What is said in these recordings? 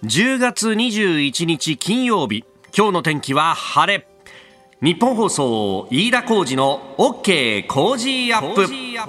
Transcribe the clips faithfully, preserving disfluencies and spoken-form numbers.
じゅうがつにじゅういちにち金曜日、今日の天気は晴れ。日本放送飯田浩司の OK 工事アップ。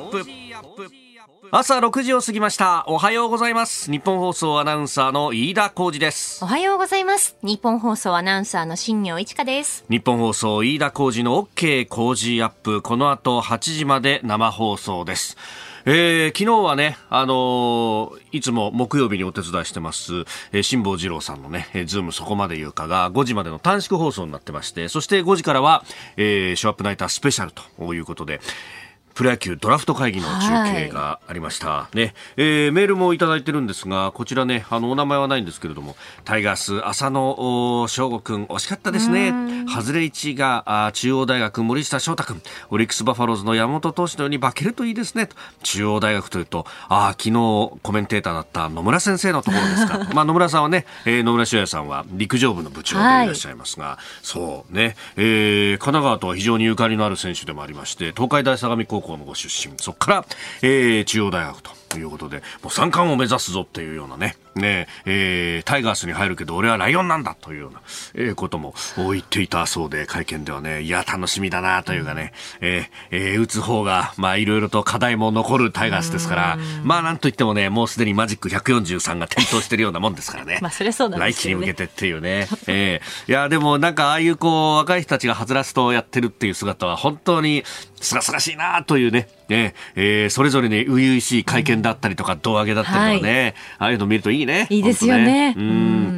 朝ろくじを過ぎました。おはようございます。日本放送アナウンサーの飯田浩司です。 おはようございます。日本放送アナウンサーの新業一華です。 日本放送飯田浩司の OK 工事アップ、この後はちじまで生放送です。えー、昨日はね、あのー、いつも木曜日にお手伝いしてます、えー、辛坊治郎さんのね、えー、ズームそこまで言うかがごじまでの短縮放送になってまして、そしてごじからは、えー、ショーアップナイタースペシャルということで、プロ野球ドラフト会議の中継がありました、はい、ね。えー、メールもいただいてるんですが、こちらね、あのお名前はないんですけれども、タイガース浅野翔吾くん惜しかったですね。外れいちが中央大学森下翔太くん、オリックスバファローズの山本投手のように化けるといいですねと。中央大学というと、あ昨日コメンテーターだった野村先生のところですか。まあ野村さんはね、えー、野村修也さんは陸上部の部長でいらっしゃいますが、はい、そうね、えー、神奈川とは非常にゆかりのある選手でもありまして、東海大相模高校のご出身、そこから、えー、中央大学ということで、もう三冠を目指すぞっていうようなね、ねえー、タイガースに入るけど俺はライオンなんだというような、えー、ことも言っていたそうで、会見ではね、いや楽しみだなというかね、えーえー、打つ方がまあいろいろと課題も残るタイガースですから、まあなんといってもね、もうすでにマジックひゃくよんじゅうさんが点灯してるようなもんですからね。 まあそれそうなんですよね。 来季に向けてっていうね、えー、いやでもなんかああいうこう若い人たちがはつらつとやってるっていう姿は本当にすがすがしいなというね、ねえー、それぞれに初々しい会見だったりとか胴上げだったりとかね、はい、ああいうの見るといいね。 いいですよね。 うん。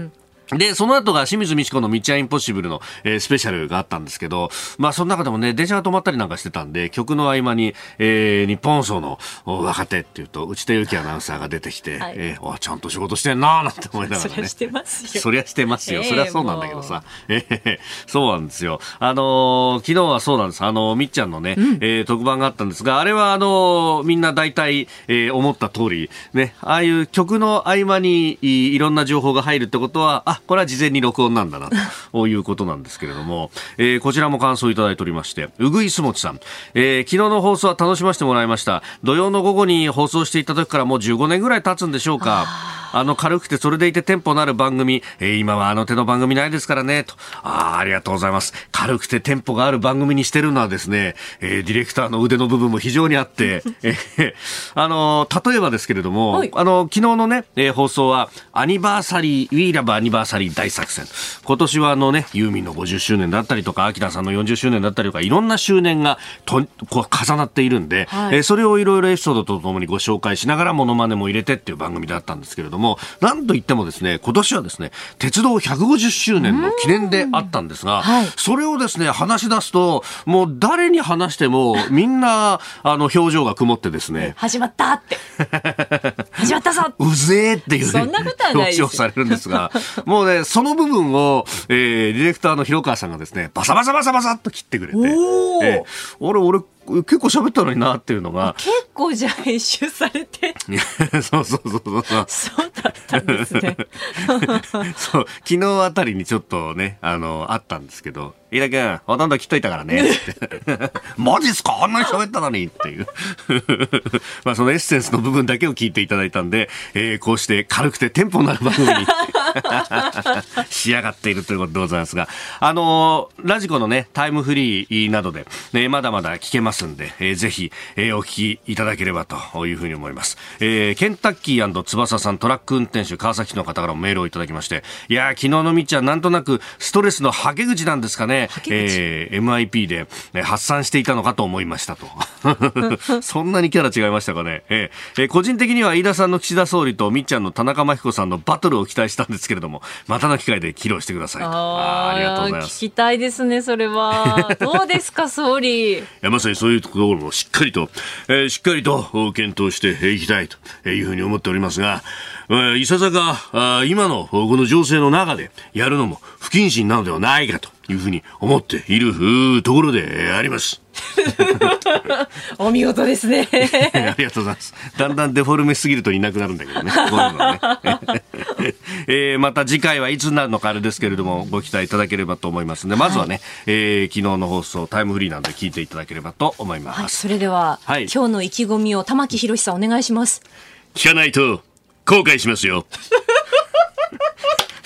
で、その後が清水美智子のミッチャーインポッシブルの、えー、スペシャルがあったんですけど、まあその中でもね、電車が止まったりなんかしてたんで、曲の合間に、えー、日本放送の若手っていうと、内田有紀アナウンサーが出てきて、はい、えー、ちゃんと仕事してんなーなんて思いながらね。 そりゃしてますよ。 そりゃしてますよ。えー、そりゃそうなんだけどさ。えー、そうなんですよ。あのー、昨日はそうなんです。あのー、みっちゃんのね、うん、えー、特番があったんですが、あれはあのー、みんな大体、えー、思った通り、ね、ああいう曲の合間に い, いろんな情報が入るってことは、あ、これは事前に録音なんだなということなんですけれども、えー、こちらも感想いただいておりまして、うぐいすもちさん、えー、昨日の放送は楽しませてもらいました。土曜の午後に放送していた時からもうじゅうごねんぐらい経つんでしょうか。あの軽くてそれでいてテンポのある番組、えー、今はあの手の番組ないですからねと。あ, ありがとうございます。軽くてテンポがある番組にしてるのはですね、えー、ディレクターの腕の部分も非常にあって、えー、あの例えばですけれども、はい、あの昨日のね、えー、放送はアニバーサリー We Love アニバーサリー大作戦。今年はあのね、ユーミンのごじゅっしゅうねんだったりとか、アキラさんのよんじゅっしゅうねんだったりとか、いろんな周年がとこう重なっているんで、はい、えー、それをいろいろエピソードとともにご紹介しながらモノマネも入れてっていう番組だったんですけれども、なんといってもですね、今年はですね、鉄道ひゃくごじゅっしゅうねんの記念であったんですが、はい、それをですね、話し出すと、もう誰に話してもみんなあの表情が曇ってですね、 始まったって始まったぞうぜーっていう、ね、 そんなことはないです表情されるんですが、もうね、その部分を、えー、ディレクターの広川さんがですね、バサバサバサバサっと切ってくれて、えー、俺俺結構喋ったのになっていうのが、 結構じゃあ編集されてそうそうそうそうそうだったんですねそう、昨日あたりにちょっとね、あのあったんですけど、飯田君ほとんど切っといたからねってマジっすか、あんなに喋ったのにっていうまあそのエッセンスの部分だけを聞いていただいたんで、えー、こうして軽くてテンポのある番組に仕上がっているということでございますが、あのー、ラジコのねタイムフリーなどで、ね、まだまだ聞けますんで、えー、ぜひ、えー、お聞きいただければというふうに思います。えー、ケンタッキー&翼さん、トラック運転手川崎の方からもメールをいただきまして、いや昨日のみっちゃんなんとなくストレスのはけ口なんですかね、えー、エムアイピー で発散していたのかと思いましたとそんなにキャラ違いましたかね。えーえー、個人的には飯田さんの岸田総理とみっちゃんの田中真紀子さんのバトルを期待したんですけれども、またの機会で披露してくださいと。あありがとうございます。 聞きたいですね、それは。どうですか総理。 いやまさにそういうところもしっかりと、えー、しっかりと検討していきたいというふうに思っておりますが、いささか今のこの情勢の中でやるのも不謹慎なのではないかというふうに思っているところでありますお見事ですねありがとうございます。だんだんデフォルメすぎるといなくなるんだけどね、こういうのねえー、また次回はいつになるのかあれですけれどもご期待いただければと思いますので、まずはね、はい、えー、昨日の放送タイムフリーなんで聞いていただければと思います、 はい、それでは、はい、今日の意気込みを玉木宏さんお願いします。 聞かないと後悔しますよ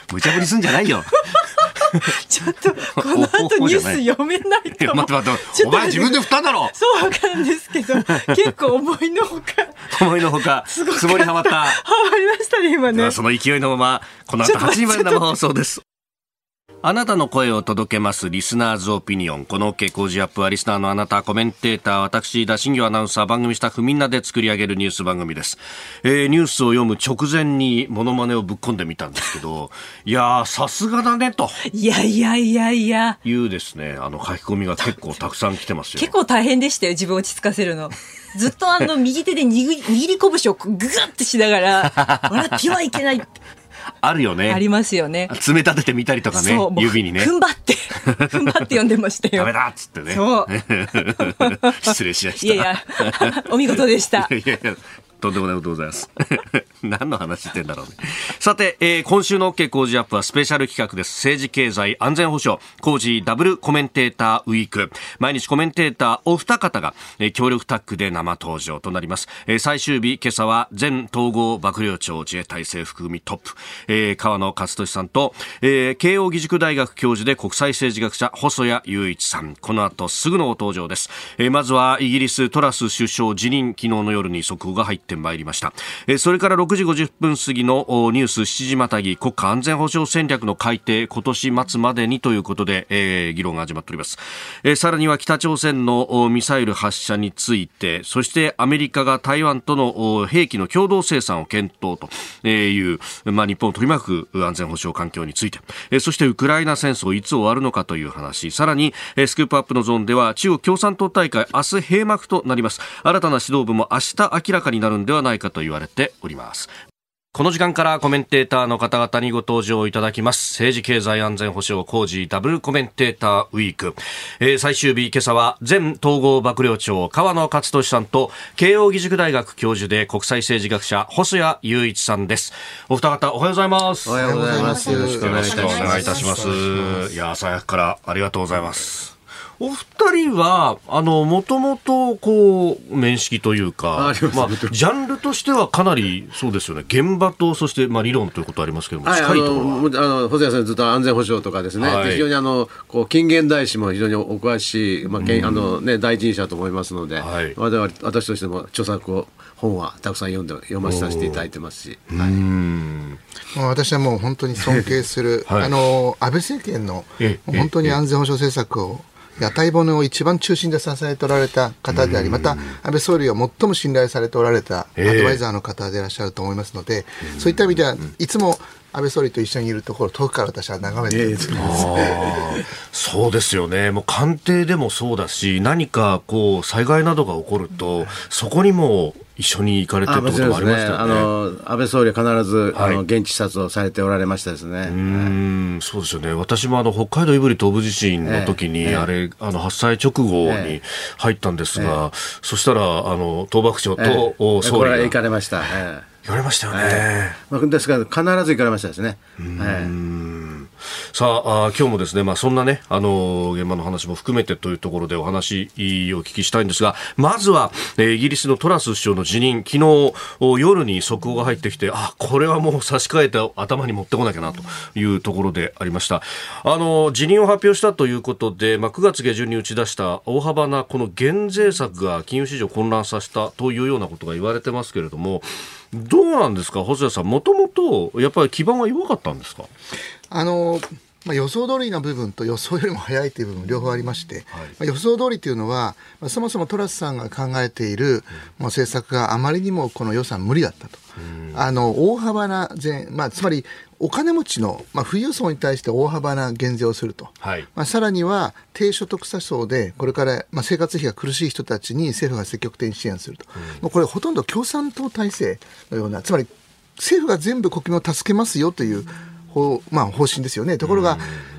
無茶ぶりすんじゃないよ。 ちょっとこの後ニュース読めないかも。 待って待って、お前自分で振ったんだろ。 そうわかるんですけど、結構思いのほか思いのほかつぼにはまった。はまりましたね今ね。 その勢いのままこの後はちじまで生放送です。あなたの声を届けますリスナーズオピニオン。この OK 工事アップはリスナーのあなた、コメンテーター、私田新業アナウンサー、番組スタッフみんなで作り上げるニュース番組です。えー、ニュースを読む直前にモノマネをぶっ込んでみたんですけど、いやーさすがだねといやいやいやいやいうですね、あの書き込みが結構たくさん来てますよ。 結構大変でしたよ、自分を落ち着かせるの。ずっとあの右手で握り、握り拳をグッてしながら笑ってはいけないあるよね。 ありますよね。 爪立ててみたりとかね、指にね。 踏ん張って、踏ん張って読んでましたよ。 ダメだっつってね。 そう。 失礼しました。 いやいや、お見事でした。 いやいやいや。とんでもないことございます。何の話してんだろうね。さて、えー、今週の OK 工事アップはスペシャル企画です。政治経済安全保障工事ダブルコメンテーターウィーク。毎日コメンテーターお二方が、えー、協力タッグで生登場となります。えー、最終日今朝は前統合幕僚長自衛隊制服組トップ、えー、川野勝利さんと、えー、慶應義塾大学教授で国際政治学者細谷雄一さん。この後すぐのご登場です。えー、まずはイギリストラス首相辞任、昨日の夜に速報が入ってまいりました。それからろくじごじゅっぷん過ぎのニュースしちじまたぎ、国家安全保障戦略の改定今年末までにということで、えー、議論が始まっております。えー、さらには北朝鮮のミサイル発射について、そしてアメリカが台湾との兵器の共同生産を検討という、まあ、日本を取り巻く安全保障環境について、えー、そしてウクライナ戦争いつ終わるのかという話、さらに、えー、スクープアップのゾーンでは中国共産党大会明日閉幕となります。新たな指導部も明日明らかになるんではないかと言われております。この時間からコメンテーターの方々にご登場いただきます。政治経済安全保障工事ダブルコメンテーターウィーク、えー、最終日今朝は前統合幕僚長川野勝利さんと慶應義塾大学教授で国際政治学者細谷雄一さんです。お二方おはようございます。 おはようございます。よろしくお願いいたします。 いや朝早くからありがとうございます。お二人はあのもともとこう面識というか、あまあ、ジャンルとしてはかなりそうですよね。現場とそしてまあ理論ということありますけども、近いところは、はい、 あのあの細谷さんずっと安全保障とかですね、はい、非常にあのこう近現代史も非常にお詳しい、まあけんあのね、第一人者と思いますので、はい、我々私としても著作を本はたくさん読んで読ませていただいてますし、はい、うん私はもう本当に尊敬する、はい、あの安倍政権の本当に安全保障政策を屋台骨を一番中心で支えておられた方であり、また安倍総理は最も信頼されておられたアドバイザーの方でいらっしゃると思いますので、そういった意味ではいつも安倍総理と一緒にいるところ遠くから私は眺めているんです、えー、 そうですよね。もう官邸でもそうだし、何かこう災害などが起こるとそこにも一緒に行かれてるってことがありましたよね。 あの安倍総理は必ず、はい、あの現地視察をされておられましたですね。うーん、そうですよね。私もあの北海道胆振東部地震の時に、えー、あれあの発災直後に入ったんですが、えー、そしたらあの東幕長と、えー、総理がこれは行かれました、えー言われましたよね、 えーまあ、ですから必ず行かれましたですね。 うーん、さあ、あ今日もですね、まあ、そんなねあの現場の話も含めてというところでお話をお聞きしたいんですが、まずは、えー、イギリスのトラス首相の辞任、昨日夜に速報が入ってきて、あこれはもう差し替えて頭に持ってこなきゃなというところでありました。あの辞任を発表したということで、まあ、くがつ下旬に打ち出した大幅なこの減税策が金融市場を混乱させたというようなことが言われてますけれども、どうなんですか、細谷さん、もともとやっぱり基盤は弱かったんですか。 あのまあ、予想通りな部分と予想よりも早いという部分両方ありまして、はい、まあ、予想通りというのは、まあ、そもそもトラスさんが考えている、うん、もう政策があまりにもこの予算無理だったと、うん、あの大幅な税、まあ、つまりお金持ちの、まあ、富裕層に対して大幅な減税をすると、はい、まあ、さらには低所得者層でこれから、まあ、生活費が苦しい人たちに政府が積極的に支援すると、うん、もうこれほとんど共産党体制のような、つまり政府が全部国民を助けますよという、うん、まあ、方針ですよね。ところが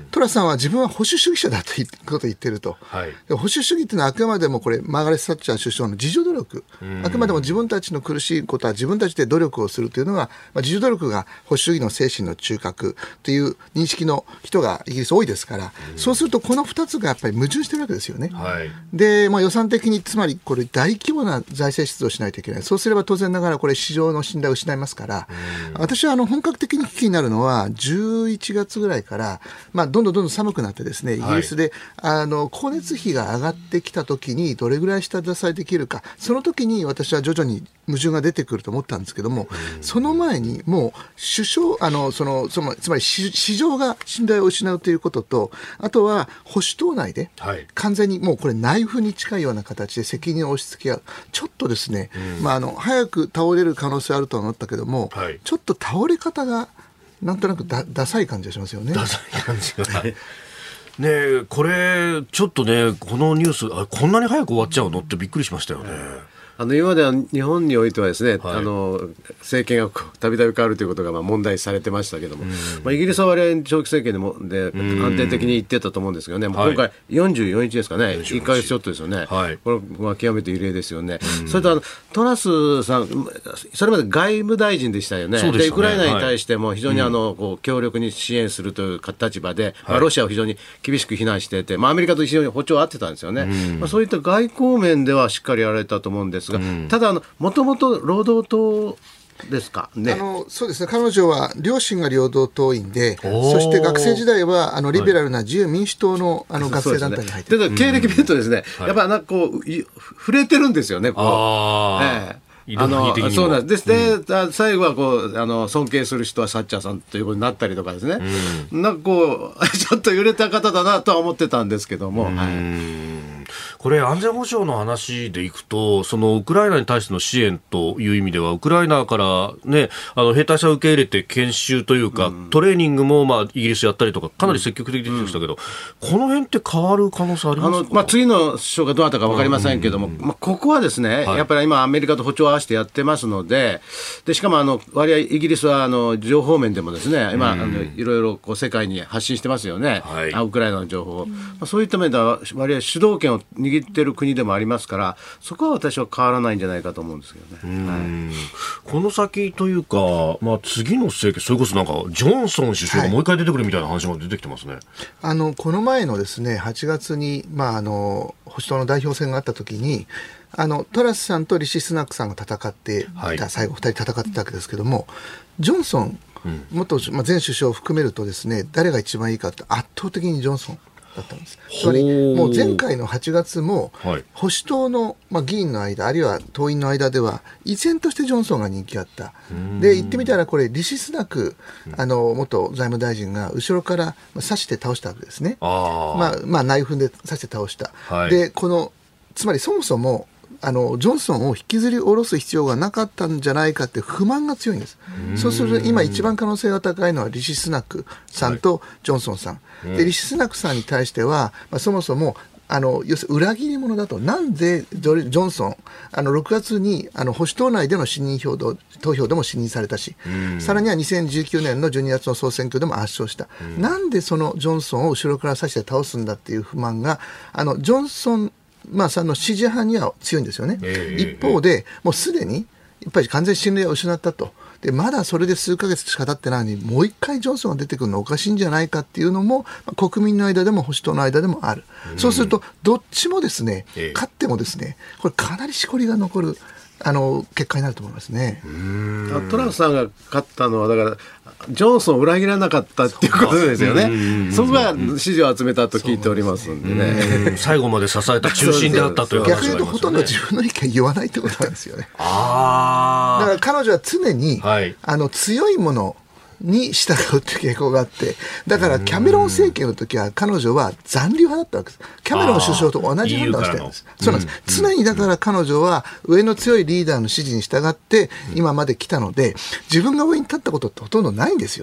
トラスさんは自分は保守主義者だということを言ってると、はい、保守主義というのはあくまでもこれマーガレット・サッチャー首相の自助努力、あくまでも自分たちの苦しいことは自分たちで努力をするというのが、まあ、自助努力が保守主義の精神の中核という認識の人がイギリス多いですから、うん、そうするとこのふたつがやっぱり矛盾してるわけですよね、はい、で、まあ、予算的につまりこれ大規模な財政出動しないといけない。そうすれば当然ながらこれ市場の信頼を失いますから、うん、私はあの本格的に危機になるのはじゅういちがつぐらいから、まあ、どんどんどんどん寒くなってですね、イギリスで、はい、あの光熱費が上がってきたときにどれぐらい下支えできるか、その時に私は徐々に矛盾が出てくると思ったんですけども、うん、その前にもう首相あのそのそのつまり市場が信頼を失うということと、あとは保守党内で完全にもうこれ内紛に近いような形で責任を押し付け合う、ちょっとですね、うん、まあ、あの早く倒れる可能性あるとは思ったけども、はい、ちょっと倒れ方がなんとなくだダサい感じがしますよね。 ダサい感じがねえ、これちょっとね、このニュースあこんなに早く終わっちゃうのってびっくりしましたよね。 あの今までは日本においてはですね、はい、あの政権がたびたび変わるということがまあ問題されてましたけども、まあ、イギリスは割合長期政権でもで安定的に言ってたと思うんですけどね、もう今回よんじゅうよにちですかね、はい、いっかげつちょっとですよね、はい、これは極めて異例ですよね。それとあのトラスさん、それまで外務大臣でしたよね。で、ね、ウクライナに対しても非常にあの、はい、こう強力に支援するという立場で、はい、まあ、ロシアを非常に厳しく非難していて、まあ、アメリカと非常に歩調合ってたんですよね。まあ、そういった外交面ではしっかりやられたと思うんですが、うん、ただあのもともと労働党ですか、ね、 あのそうですね、彼女は両親が労働党員で、そして学生時代はあのリベラルな自由民主党 の, あの学生団体に入っている、 ね、経歴見るとですね、うん、やっぱなんかこう触れてるんですよね、こう、あ、ええ、あのそうなんです。で、うん、最後はこうあの尊敬する人はサッチャーさんということになったりとかですね、うん、なんかこうちょっと揺れた方だなとは思ってたんですけども、うん、はい、 これ安全保障の話でいくと、そのウクライナに対しての支援という意味では、ウクライナから、ね、あの兵隊さんを受け入れて研修というか、うん、トレーニングもまあイギリスやったりとかかなり積極的でしたけど、うん、この辺って変わる可能性ありますか？ あの、まあ、次の首相がどうなったか分かりませんけども、うん、まあ、ここはですね、はい、やっぱり今アメリカと歩調を合わせてやってますので、でしかもあの割合イギリスはあの情報面でもですね、今、うん、あのいろいろこう世界に発信してますよね、はい、ウクライナの情報を、うん、まあ、そういった面では割合主導権を握っている国でもありますから、そこは私は変わらないんじゃないかと思うんですけどね。はい、 この先というか、まあ、次の政権、それこそなんかジョンソン首相がもう一回出てくるみたいな話も出てきてますね。はい、 あのこの前のですねはちがつに、まあ、あの保守党の代表選があったときに、あのトラスさんとリシ・スナックさんが戦っていた、はい、最後ふたり戦ってたわけですけども、ジョンソン、うん、元、まあ、前首相を含めるとですね、誰が一番いいかって圧倒的にジョンソンだったんです。つまりもう前回のはちがつも、はい、保守党の、まあ、議員の間あるいは党員の間では依然としてジョンソンが人気あった。で言ってみたらこれリシ・スナクあの元財務大臣が後ろから刺して倒したわけですね。あ、まあ、まあ内紛で刺して倒した、はい、でこのつまりそもそもあのジョンソンを引きずり下ろす必要がなかったんじゃないかって不満が強いんです。そうすると今一番可能性が高いのはリシ・スナクさんとジョンソンさん、はい、でリシ・スナクさんに対しては、まあ、そもそもあの要するに裏切り者だと。なんでジョンソンあのろくがつにあの保守党内での信任票投票でも信任されたし、さらにはにせんじゅうきゅうねんのじゅうにがつの総選挙でも圧勝した。なんでそのジョンソンを後ろから刺して倒すんだっていう不満があのジョンソンまあ、さんの支持派には強いんですよね。えー、一方でもうすでにやっぱり完全に信頼を失ったと。でまだそれで数ヶ月しか経ってないのにもう一回ジョンソンが出てくるのおかしいんじゃないかっていうのも、まあ、国民の間でも保守党の間でもある。うん、そうするとどっちもですね、えー、勝ってもですねこれかなりしこりが残るあの結果になると思いますね。 うーん、トラスさんが勝ったのはだからジョンソンを裏切らなかったっていうことですよね。そこが支持を集めたと聞いておりますんでね。 最後まで支えた中心であったという話がありますよね。 逆に言うとほとんど自分の意見言わないってことなんですよね。あ、だから彼女は常に、はい、あの強いものに従うっていう傾向があって、だからキャメロン政権の時は彼女は残留派だったわけです。キャメロン首相と同じ判断をしてるんです。そうなんです、うん、常にだから彼女は上の強いリーダーの指示に従って今まで来たので、自分が上に立ったことってほとんどないんですよね。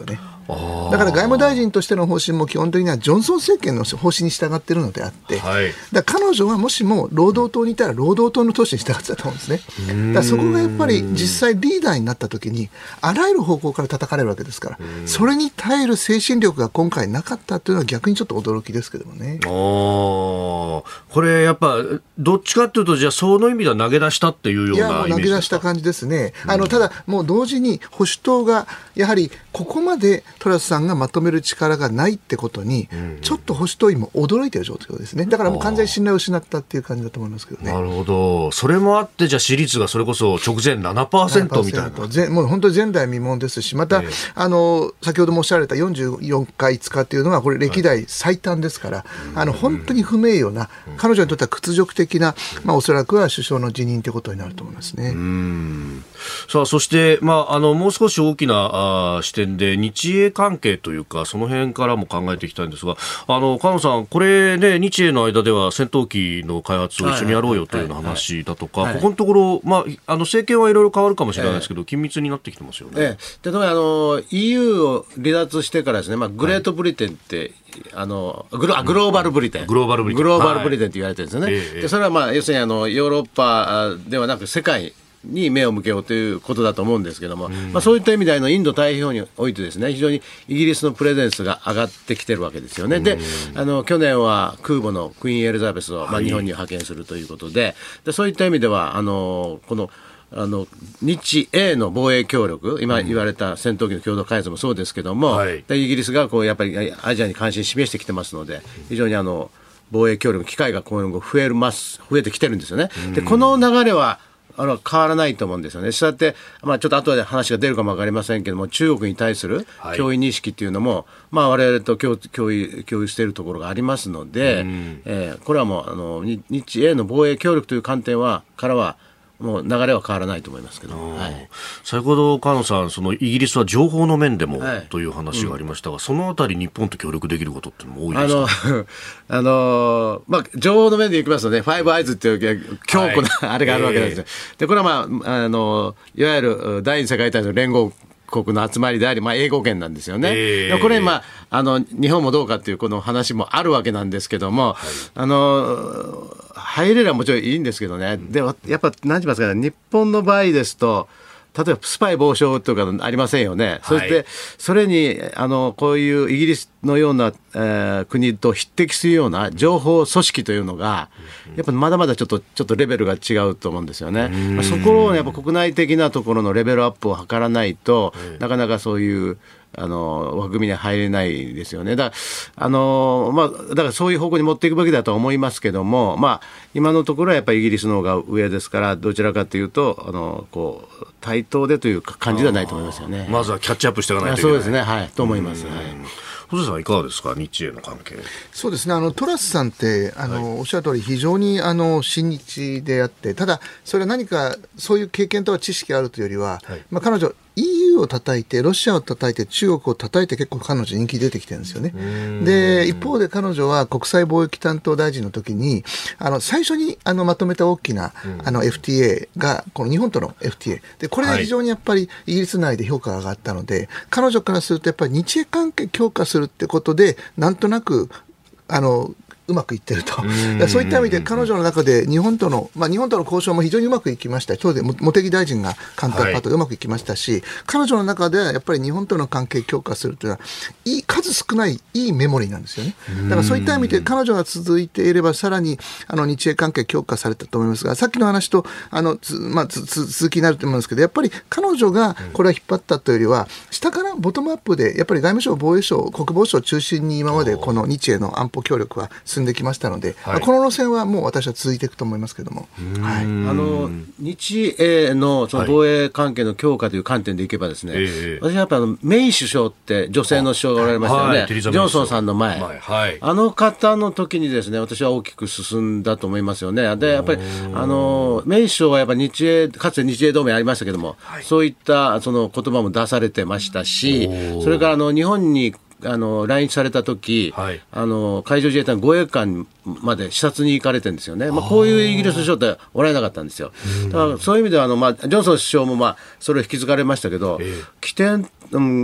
だから外務大臣としての方針も基本的にはジョンソン政権の方針に従っているのであって、はい、だから彼女はもしも労働党にいたら労働党の党首に従ってたと思うんですね。だからそこがやっぱり実際リーダーになった時にあらゆる方向から叩かれるわけですから、それに耐える精神力が今回なかったというのは逆にちょっと驚きですけどもね。 あこれやっぱどっちかというとじゃあその意味では投げ出したっていうようなイメージですか。 いやもう投げ出した感じですね。あのただもう同時に保守党がやはりここまでトラスさんがまとめる力がないってことにちょっと保守党員も驚いている状況ですね。だからもう完全に信頼を失ったっていう感じだと思いますけどね。 なるほど。それもあってじゃあ支持率がそれこそ直前 ななパーセント みたいなもう本当に前代未聞ですし、また、えー、あの先ほどもおっしゃられたよんじゅうよんかいいつかっていうのはこれ歴代最短ですから、はい、あの本当に不名誉な、うん、彼女にとっては屈辱的な、まあ、おそらくは首相の辞任ということになると思いますね。 うんさあそして、まあ、あのもう少し大きなあ視点で日英関係というかその辺からも考えていきたいんですが、あの菅野さんこれね日英の間では戦闘機の開発を一緒にやろうよというような話だとか、ここのところ、まあ、あの政権はいろいろ変わるかもしれないですけど、ええ、緊密になってきてますよね。 ええ、例えばあの イーユー を離脱してからですね、まあ、グレートブリテンって、はい、あのグ ロ, グローバルブリテン、 グローバルブリテン、 グローバルブリテンって言われてるんですよね。はい、でそれはまあ要するにあのヨーロッパではなく世界に目を向けようということだと思うんですけども、うんまあ、そういった意味でのインド太平洋においてですね非常にイギリスのプレゼンスが上がってきてるわけですよね。であの去年は空母のクイーンエリザベスを、まあ、日本に派遣するということで、はい、でそういった意味ではあのこのあの日英の防衛協力今言われた戦闘機の共同開発もそうですけども、はい、でイギリスがこうやっぱりアジアに関心を示してきてますので非常にあの防衛協力の機会が今後増えます増えてきてるんですよね。でこの流れはあの変わらないと思うんですよね。したって、まあ、ちょっと後で話が出るかも分かりませんけども中国に対する脅威認識というのも、はいまあ、我々と共共有、共有しているところがありますので、えー、これはもうあの日英の防衛協力という観点はからはもう流れは変わらないと思いますけど、はい、 先ほど菅野さんそのイギリスは情報の面でも、はい、という話がありましたが、うん、そのあたり日本と協力できることってのも多いですか。 あの、あのまあ、情報の面でいきますとねファイブアイズっていう強固な、はい、あれがあるわけなんですよ。えー、でこれは、まあ、あのいわゆる第二次世界大戦の連合国の集まりであり、まあ、英語圏なんですよね。えー、これ、まあ、あの日本もどうかっていうこの話もあるわけなんですけども、はい、あの入れればもちろんいいんですけどね、うん、でもやっぱ何て言いますかね日本の場合ですと例えばスパイ防止法とかありませんよね。はい、そしてそれにあのこういうイギリスのような、えー、国と匹敵するような情報組織というのがやっぱまだまだちょっとちょっとレベルが違うと思うんですよね。まあ、そこをやっぱ国内的なところのレベルアップを図らないとなかなかそういうあの枠組みに入れないですよね。だからあの、まあ、だからそういう方向に持っていくべきだと思いますけども、まあ、今のところはやっぱりイギリスの方が上ですからどちらかというとあのこう対等でという感じではないと思いますよね。 まずはキャッチアップしていかないといけない。 そうですね、はい、と思います。はい、 細田さんいかがですか日英の関係。 そうですねあのトラスさんってあの、はい、おっしゃる通り非常にあの親日であってただそれは何かそういう経験とか知識があるというよりは、はいまあ、彼女イーユー を叩いてロシアを叩いて中国を叩いて結構彼女人気出てきてるんですよね。で一方で彼女は国際貿易担当大臣の時にあの最初にあのまとめた大きなあの エフティーエー がこの日本との エフティーエー でこれが非常にやっぱりイギリス内で評価が上がったので、はい、彼女からするとやっぱり日英関係強化するってことでなんとなくあのうまくいってると。そういった意味で彼女の中で日本との、まあ、日本との交渉も非常にうまくいきました。当然茂木大臣がカウンターパートでうまくいきましたし、はい、彼女の中ではやっぱり日本との関係強化するというのはいい数少ないいいメモリーなんですよね。だからそういった意味で彼女が続いていればさらにあの日英関係強化されたと思いますが、さっきの話とあのつ、まあ、つつ続きになると思うんですけどやっぱり彼女がこれは引っ張ったというよりは下からボトムアップでやっぱり外務省防衛省国防省を中心に今までこの日英の安保協力は進んできましたので、はい、この路線はもう私は続いていくと思いますけれども、はい、 あの日英 の, その防衛関係の強化という観点でいけばですね、はい、私はやっぱりあのメイ首相って女性の首相がおられましたよね、はい、ジョンソンさんの前、はい、あの方の時にですね私は大きく進んだと思いますよね。でやっぱりあのメイ首相はやっぱ日英かつて日英同盟ありましたけども、はい、そういったその言葉も出されてましたし、それからあの日本にあの来日された時、はい、あの海上自衛隊の護衛艦まで視察に行かれてるんですよね。まあ、こういうイギリス首相っておられなかったんですよ。だからそういう意味ではあの、まあ、ジョンソン首相もまあそれを引き継がれましたけど、えー、起点、うん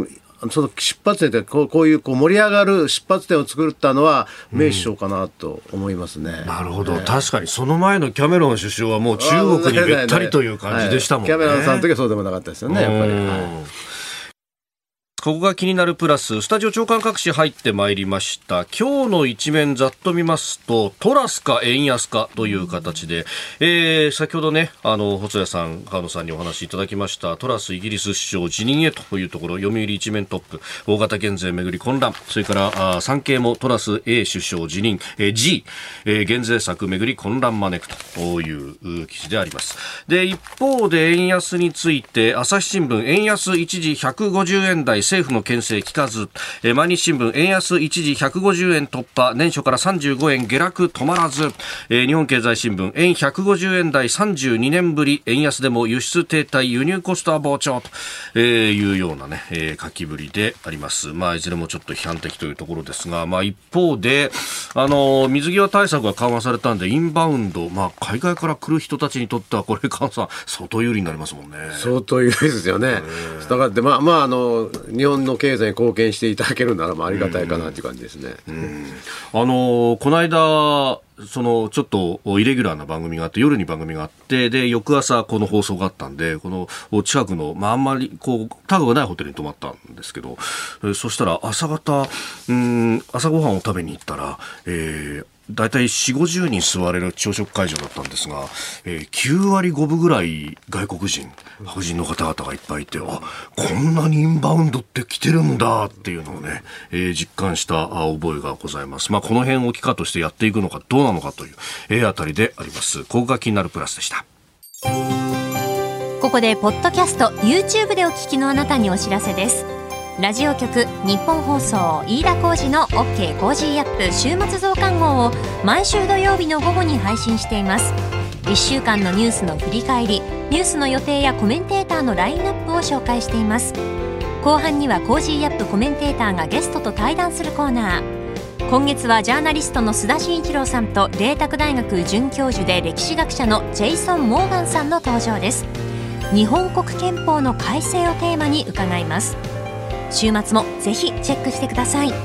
その出発点でこう、こういうこう盛り上がる出発点を作ったのは明首相かなと思いますね、 うん、なるほど、ね、確かにその前のキャメロン首相はもう中国にべったりという感じでしたもんね。 キャメロンさんの時はそうでもなかったですよね、やっぱり、はい。 ここが気になるプラス、スタジオ長官各紙入ってまいりました。今日の一面ざっと見ますと、トラスか円安かという形で、えー、先ほどね、あの、細谷さん、川野さんにお話しいただきました、トラスイギリス首相辞任へというところ、読売一面トップ、大型減税めぐり混乱、それからあ産経もトラス A 首相辞任、えー、G、えー、減税策めぐり混乱招くという記事であります。で、一方で円安について、朝日新聞、円安一時ひゃくごじゅうえん台、政府の牽制聞かず、えー、毎日新聞、円安一時ひゃくごじゅうえん突破、年初からさんじゅうごえん下落止まらず、えー、日本経済新聞、円ひゃくごじゅうえん台さんじゅうにねんぶり、円安でも輸出停滞、輸入コストは膨張と、えー、いうようなね、えー、書きぶりであります。まあいずれもちょっと批判的というところですが、まあ一方で、あのー、水際対策が緩和されたんでインバウンド、まあ海外から来る人たちにとってはこれ菅さん相当有利になりますもんね。 相当有利ですよね。だからでまあまああの日本の経済に貢献していただけるならばありがたいかなという感じですね。 うんうん、あのこの間そのちょっとイレギュラーな番組があって、夜に番組があって、で翌朝この放送があったんで、この近くの、まあ、あんまりこう高くないホテルに泊まったんですけど、えそしたら朝方うん朝ごはんを食べに行ったら、えーだいたいよんじゅう、ごじゅうにん座れる朝食会場だったんですが、えー、きゅうわりごぶぐらい外国人白人の方々がいっぱいいて、あ、こんなにインバウンドって来てるんだっていうのをね、えー、実感した覚えがございます。まあこの辺を機会としてやっていくのかどうなのかという、えー、あたりであります。ここが気になるプラスでした。 ここでポッドキャスト YouTube でお聞きのあなたにお知らせです。ラジオ局日本放送飯田浩司の OK コージーアップ週末増刊号を毎週土曜日の午後に配信しています。いっしゅうかんのニュースの振り返り、ニュースの予定やコメンテーターのラインナップを紹介しています。後半にはコージーアップコメンテーターがゲストと対談するコーナー。今月はジャーナリストの須田慎一郎さんと麗澤大学准教授で歴史学者のジェイソン・モーガンさんの登場です。日本国憲法の改正をテーマに伺います。週末もぜひチェックしてください。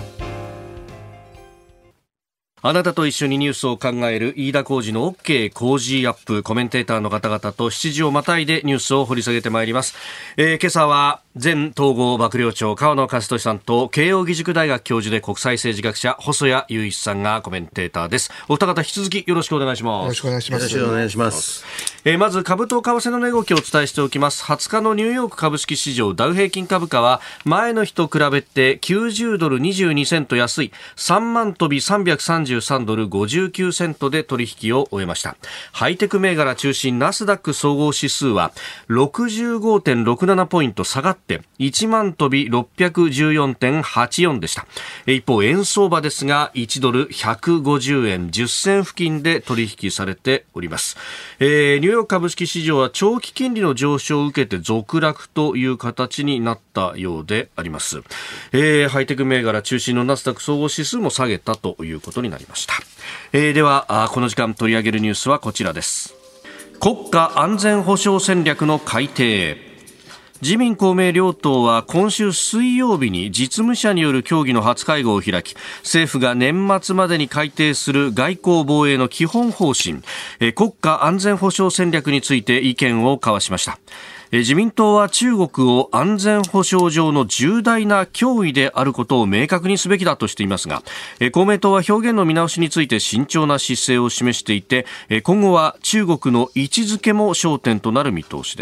あなたと一緒にニュースを考える飯田浩司の OK コージーアップ、コメンテーターの方々としちじをまたいでニュースを掘り下げてまいります。えー、今朝は前統合幕僚長川野和俊さんと慶應義塾大学教授で国際政治学者細谷雄一さんがコメンテーターです。お二方引き続きよろしくお願いします。 よろしくお願いします。 よろしくお願いします。 えー、まず株と為替の値動きをお伝えしておきます。はつかのニューヨーク株式市場ダウ平均株価は前の日と比べてきゅうじゅうドルにじゅうにセント安いさんまん飛びさんびゃくさんじゅうさんドルごじゅうきゅうセントで取引を終えました。ハイテク銘柄中心ナスダック総合指数は ろくじゅうごてんろくなな ポイント下がっていちまん飛び ろっぴゃくじゅうよんてんはちよん でした。一方円相場ですがいちドルひゃくごじゅうえんじゅっせん付近で取引されております。えー、ニューヨーク株式市場は長期金利の上昇を受けて続落という形になったようであります。えー、ハイテク銘柄中心のナスダック総合指数も下げたということになりました。えー、ではこの時間取り上げるニュースはこちらです。国家安全保障戦略の改定。自民公明両党は今週水曜日に実務者による協議の初会合を開き、政府が年末までに改定する外交防衛の基本方針、国家安全保障戦略について意見を交わしました。自民党は中国を安全保障上の重大な脅威であることを明確にすべきだとしていますが、公明党は表現の見直しについて慎重な姿勢を示していて、今後は中国の位置づけも焦点となる見通しです。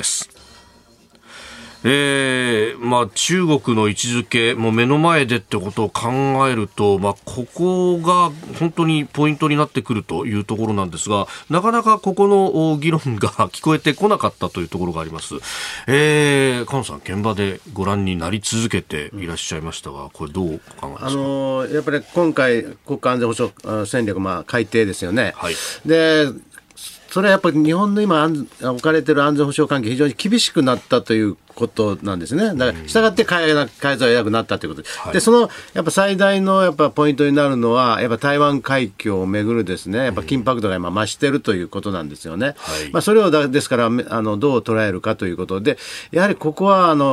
えーまあ、中国の位置づけも目の前でってことを考えると、まあ、ここが本当にポイントになってくるというところなんですが、なかなかここの議論が聞こえてこなかったというところがあります。えー、菅野さん現場でご覧になり続けていらっしゃいましたが、これどう考えますか。 あのー、やっぱり今回国家安全保障戦略、まあ、改定ですよね、はい、でそれはやっぱり日本の今置かれている安全保障関係非常に厳しくなったということなんですね。だから従って変えざるを得なくなったということで、はい、でそのやっぱ最大のやっぱポイントになるのはやっぱ台湾海峡をめぐるですね、やっぱ緊迫度が今増しているということなんですよね。はい、まあ、それをだですからあのどう捉えるかということで、やはりここはあの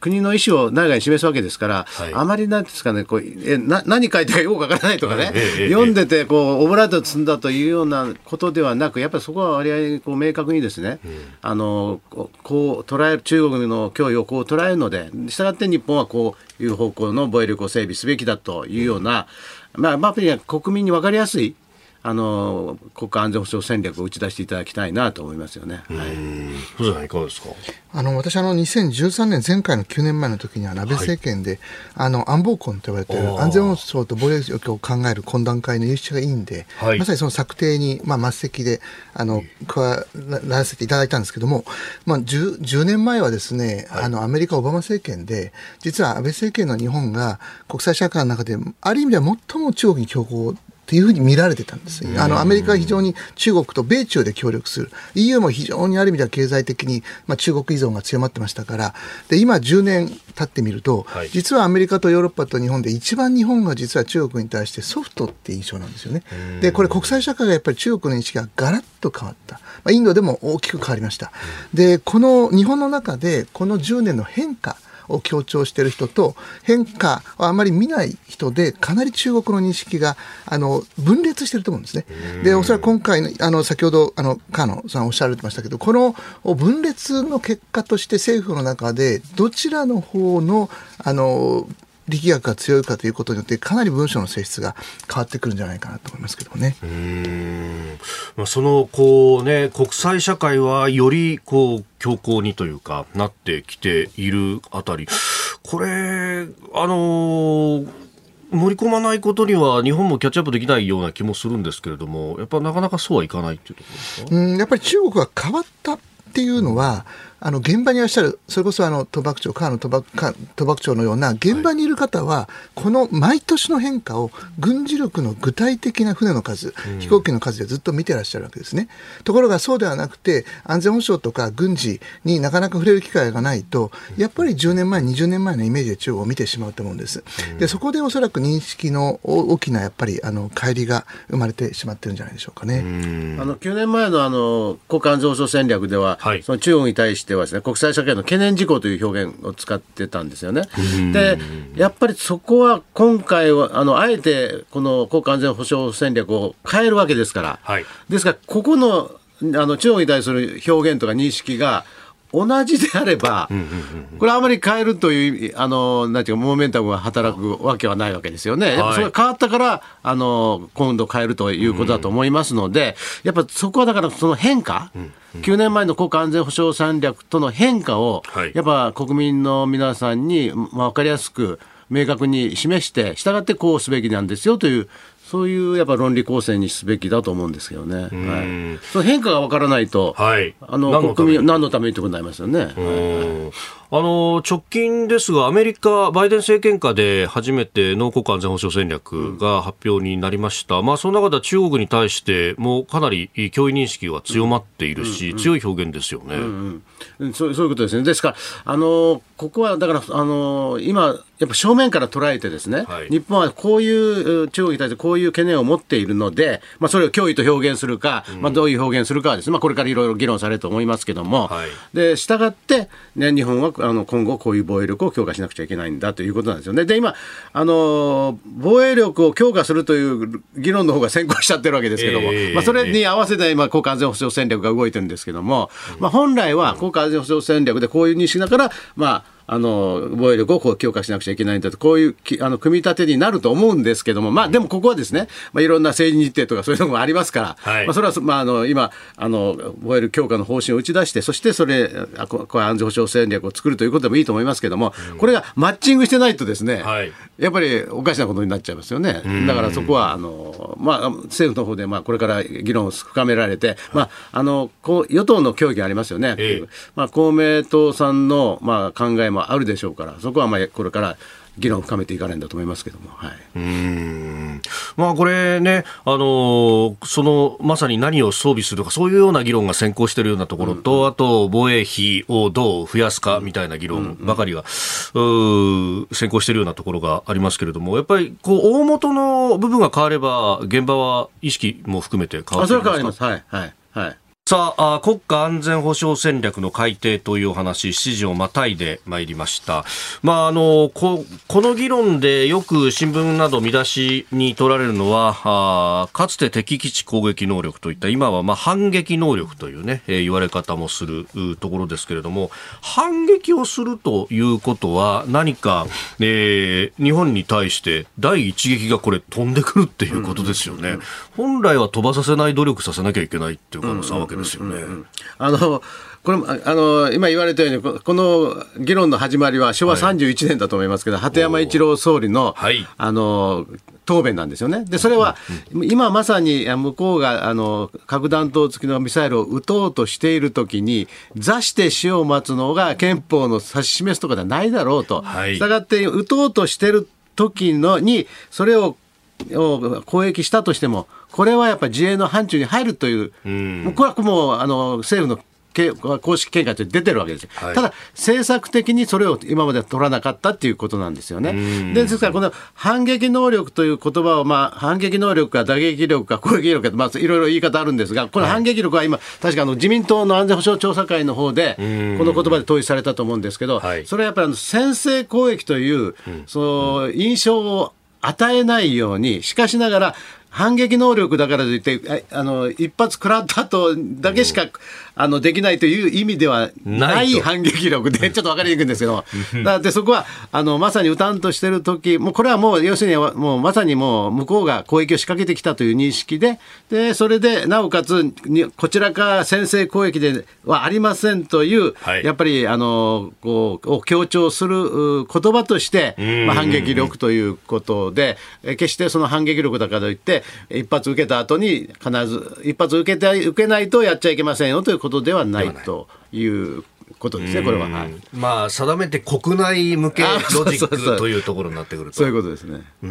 国の意思を内外に示すわけですから、 はい、 あまりなんですかね、こうえな何書いてるかよくわからないとかね、 ええ、 読んでてこうオブラートを積んだというようなことではなく、やっぱりそこは割合こう明確にですね、うん、あのこう捉える、中国の脅威をこう捉えるので、したがって日本はこういう方向の防衛力を整備すべきだというような、まあ、まあ、国民に分かりやすいあの国家安全保障戦略を打ち出していただきたいなと思いますよね。はい、 藤田さんいかがですか。 あの私あのにせんじゅうさんねん、前回のきゅうねんまえの時には安倍政権で、はい、あの安保婚と言われている安全保障と防衛力を考える懇談会の有識者が委員で、はい、まさにその策定に、まあ、末席であの加わらせていただいたんですけども、まあ、10, じゅうねんまえはですね、はい、あのアメリカオバマ政権で、実は安倍政権の日本が国際社会の中である意味では最も中国に強硬というふうに見られてたんです。あのアメリカは非常に中国と米中で協力する、 イーユー も非常にある意味では経済的に、まあ、中国依存が強まってましたから、で今じゅうねん経ってみると、はい、実はアメリカとヨーロッパと日本で一番日本が実は中国に対してソフトって印象なんですよね。でこれ国際社会がやっぱり中国の認識がガラッと変わった、まあ、インドでも大きく変わりました。でこの日本の中でこのじゅうねんの変化を強調している人と、変化をあまり見ない人でかなり中国の認識があの分裂していると思うんですね。でおそらく今回の、あの先ほどあの河野さんおっしゃられてましたけど、この分裂の結果として政府の中でどちらの方のあの力学が強いかということによってかなり文章の性質が変わってくるんじゃないかなと思いますけどもね。 うーん、まあ、そのこう、ね、国際社会はよりこう強硬にというかなってきているあたり、これあのー盛り込まないことには日本もキャッチアップできないような気もするんですけれども、やっぱなかなかそうはいかないというところですか。 うん、やっぱり中国が変わったっていうのは、あの現場にいらっしゃる、それこそあの賭博長、河野賭博賭博長のような現場にいる方は、この毎年の変化を軍事力の具体的な船の数、うん、飛行機の数でずっと見てらっしゃるわけですね。ところがそうではなくて、安全保障とか軍事になかなか触れる機会がないと、やっぱりじゅうねんまえ、にじゅうねんまえのイメージで中国を見てしまうと思うんです。でそこでおそらく認識の大きなやっぱりあの乖離が生まれてしまってるんじゃないでしょうかね。 あのきゅうねんまえのあの国家安全保障戦略では、はい、その中国に対してはですね、国際社会の懸念事項という表現を使ってたんですよね。でやっぱりそこは今回はあのあえてこの国家安全保障戦略を変えるわけですから、はい、ですからここの、あの中国に対する表現とか認識が同じであれば、これあまり変えるというあのなんていうかモーメンタムが働くわけはないわけですよね。やっぱそれが変わったからあの今度変えるということだと思いますので、やっぱそこはだからその変化、きゅうねんまえの国家安全保障戦略との変化を、はい、やっぱ国民の皆さんに、まあ、分かりやすく明確に示して、したがってこうすべきなんですよという、そういうやっぱ論理構成にすべきだと思うんですけどね。はい、その変化が分からないと、はい、あの国民何のためにということになりますよね。 あの直近ですが、アメリカバイデン政権下で初めての国家安全保障戦略が発表になりました。うん、まあ、その中では中国に対してもかなり脅威認識が強まっているし、うんうん、強い表現ですよね。うんうん、そう、そういうことですね。ですからあのここはだからあの今やっぱ正面から捉えてですね、はい、日本はこういう中国に対してこういう懸念を持っているので、まあ、それを脅威と表現するか、うん、まあ、どういう表現するかはですね、まあ、これからいろいろ議論されると思いますけども、はい、で従って、ね、日本はあの今後こういう防衛力を強化しなくちゃいけないんだということなんですよね。で今あの防衛力を強化するという議論の方が先行しちゃってるわけですけども、えーまあ、それに合わせて今国家安全保障戦略が動いてるんですけども、うん、まあ、本来は国家安全保障戦略でこういう認識だから、まああの防衛力をこう強化しなくちゃいけないんだと、こういうあの組み立てになると思うんですけども、まあ、でもここはですね、まあ、いろんな政治日程とかそういうのもありますから、はい、まあ、それは、まあ、あの今あの防衛力強化の方針を打ち出して、そしてそれこう安全保障戦略を作るということでもいいと思いますけども、うん、これがマッチングしてないとですね、はい、やっぱりおかしなことになっちゃいますよね。だからそこはあの、まあ、政府の方でまあこれから議論を深められて、まあ、あのこう与党の協議ありますよね。ええ、まあ、公明党さんのまあ考えもあるでしょうから、そこはまあこれから議論を深めていかないんだと思いますけども、はい、 うーん、まあ、これね、あのそのまさに何を装備するか、そういうような議論が先行しているようなところと、うんうん、あと防衛費をどう増やすかみたいな議論ばかりが、うんうん、う先行しているようなところがありますけれども、やっぱりこう大元の部分が変われば現場は意識も含めて変わっていきますか。 あ、それは変わります。はいはいはい。 さあ、国家安全保障戦略の改定というお話、しちじをまたいでまいりました。まあ、あの こ, この議論でよく新聞など見出しに取られるのは、あかつて敵基地攻撃能力といった今はまあ反撃能力という、ねえー、言われ方もするところですけれども、反撃をするということは何か、えー、日本に対して第一撃がこれ飛んでくるっていうことですよね。うんうんうん、本来は飛ばさせない努力させなきゃいけないっていう可能性なわけですよね。うんうんうん、 あのこれあの今言われたようにこの議論の始まりはしょわさんじゅういちねんだと思いますけど、はい、鳩山一郎総理の、はい、あの答弁なんですよね。でそれは、うんうん、今まさに向こうがあの核弾頭付きのミサイルを撃とうとしているときに座して死を待つのが憲法の指し示すとかではないだろうと、はい、したがって撃とうとしているときのにそれを攻撃したとしてもこれはやっぱり自衛の範疇に入るという、うん、これはもうあの政府の公式見解と出てるわけですよ、はい、ただ政策的にそれを今まで取らなかったっていうことなんですよね。でですからこの反撃能力という言葉を、まあ、反撃能力か打撃力か攻撃力か、まあ、いろいろ言い方あるんですが、この反撃力は今、はい、確かあの自民党の安全保障調査会の方でこの言葉で統一されたと思うんですけど、はい、それはやっぱりあの先制攻撃という、うん、その印象を与えないように、しかしながら反撃能力だからといってあの一発食らった後だけしかあのできないという意味ではない反撃力でちょっと分かりにくいんですけどだってそこはあのまさに撃たんとしてる時もうこれはもう要するにもうまさにもう向こうが攻撃を仕掛けてきたという認識で、でそれでなおかつこちらから先制攻撃ではありませんという、はい、やっぱりあのこうを強調する言葉として、まあ、反撃力ということで決してその反撃力だからといって一発受けた後に必ず一発受けて受けないとやっちゃいけませんよということではないということですね。これは、はい、 まあ定めて国内向けロジックというところになってくると、 そういうことですね。 うん、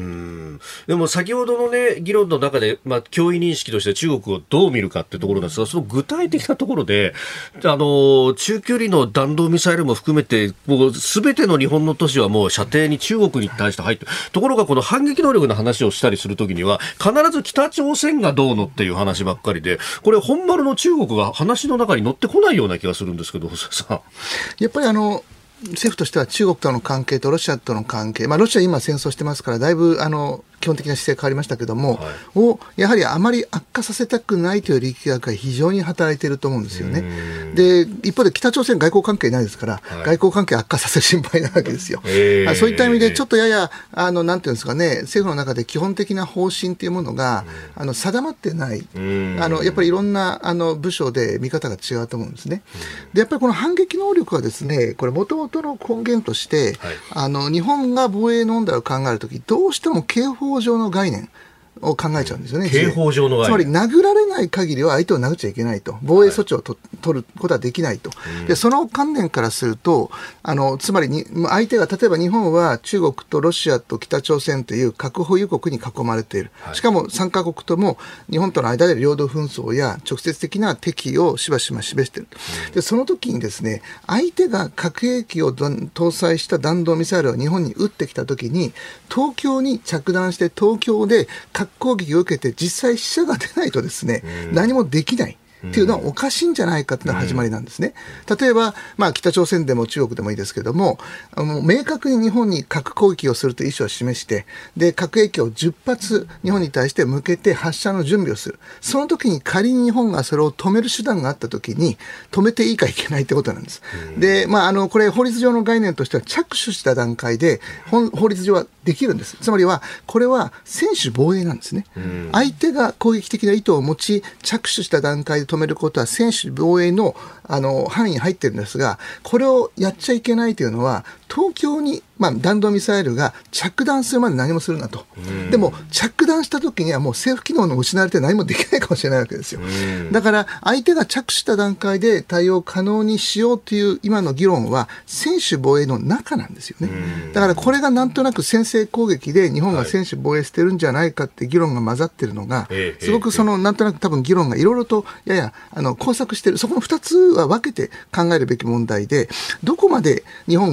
でも先ほどのね議論の中で、まあ、脅威認識として中国をどう見るかってところなんですが、その具体的なところであの中距離の弾道ミサイルも含めてもう全ての日本の都市はもう射程に中国に対して入って、ところがこの反撃能力の話をしたりするときには必ず北朝鮮がどうのっていう話ばっかりで、これ本丸の中国が話の中に乗ってこないような気がするんですけど、細谷さん。 やっぱりあの政府としては中国との関係とロシアとの関係、まあ、ロシア今戦争してますからだいぶあの基本的な姿勢変わりましたけども、はい、をやはりあまり悪化させたくないという力学が非常に働いていると思うんですよね。で一方で北朝鮮外交関係ないですから、はい、外交関係悪化させる心配なわけですよ。えー、そういった意味でちょっとややあのなんていうんですかね、政府の中で基本的な方針というものがあの定まってない、あのやっぱりいろんなあの部署で見方が違うと思うんですね。でやっぱりこの反撃能力はですね、これ元々の根源として、はい、あの日本が防衛問題を考えるときどうしても刑法上の概念を考えちゃうんですよね。 刑法上の概念、 つまり殴られない限りは相手を殴っちゃいけないと、防衛措置をと、はい、取ることはできないと。でその観念からするとあのつまりに相手が例えば日本は中国とロシアと北朝鮮という核保有国に囲まれている、はい、しかもさんカ国とも日本との間で領土紛争や直接的な敵意をしばしば示していると。でその時にですね、相手が核兵器を搭載した弾道ミサイルを日本に撃ってきた時に東京に着弾して東京で核攻撃を受けて実際死者が出ないとですね、何もできないっていうのはおかしいんじゃないかというのが始まりなんですね。例えば、まあ、北朝鮮でも中国でもいいですけども、あの明確に日本に核攻撃をするという意思を示して、で核兵器をじゅっぱつ日本に対して向けて発射の準備をする。その時に仮に日本がそれを止める手段があった時に止めていいかいけないってことなんです。で、まあ、あのこれ法律上の概念としては着手した段階で法律上はできるんです。つまりはこれは専守防衛なんですね。相手が攻撃的な意図を持ち着手した段階で止めることは専守防衛の、あの範囲に入っているんですが、これをやっちゃいけないというのは東京に、まあ、弾道ミサイルが着弾するまで何もするなと。でも着弾した時にはもう政府機能の失われて何もできないかもしれないわけですよ。だから相手が着手した段階で対応可能にしようという今の議論は専守防衛の中なんですよね。だからこれがなんとなく先制攻撃で日本が専守防衛してるんじゃないかって議論が混ざってるのが、すごくそのなんとなく多分議論がいろいろとややあの交錯している。そこのふたつは分けて考えるべき問題で、どこまで日本が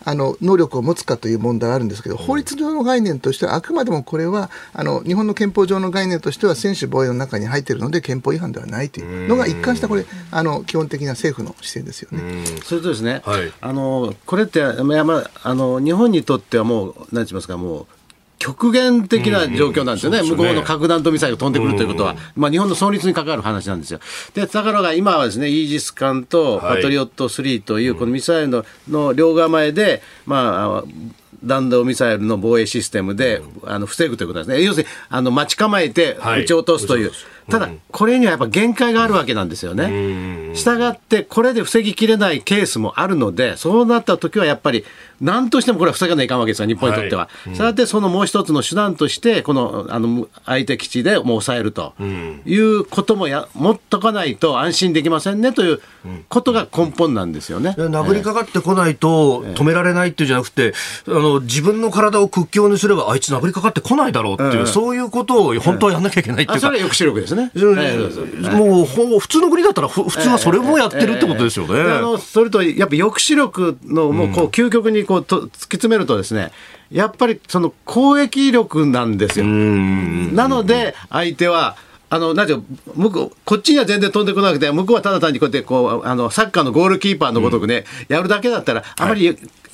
あの能力を持つかという問題があるんですけど、法律上の概念としてはあくまでもこれはあの日本の憲法上の概念としては専守防衛の中に入っているので憲法違反ではないというのが一貫したこれあの基本的な政府の姿勢ですよね。 それとですね、 はい、あのこれって、まあ、あの日本にとってはもう何て言いますか、もう極限的な状況なんですよね、うんうん、向こうの核弾頭ミサイルが飛んでくるということは、うんうん、まあ、日本の存立に関わる話なんですよ。でだからが今はですね、イージス艦とパトリオットスリーというこのミサイル の,、の両構えで、まあ、弾道ミサイルの防衛システムで、うん、あの防ぐということですね。要するにあの待ち構えて撃ち落とすという、はい、ただこれにはやっぱ限界があるわけなんですよね。したがってこれで防ぎきれないケースもあるので、そうなった時はやっぱり何としてもこれは防がないかんわけですよ、日本にとっては。はい、うん、したがってそのもう一つの手段としてこの、あの相手基地でもう抑えるということもや持っとかないと安心できませんねということが根本なんですよね。 うん、殴りかかってこないと止められないっていうんじゃなくて、あの自分の体を屈強にすればあいつ殴りかかってこないだろうっていう、うん、そういうことを本当はやんなきゃいけないっていうか、 それは抑止力ですね。 もう普通の国だったら普通はそれもやってるってことですよね。 えーえー、あのそれとやっぱ抑止力のもうこう究極にこうと突き詰めるとですね、やっぱりその攻撃力なんですよ。なので相手はあのなんていう向こうこっちには全然飛んでこなくて、向こうはただ単にこうやってこうあのサッカーのゴールキーパーのごとくね、うん、やるだけだったらあまり、はい、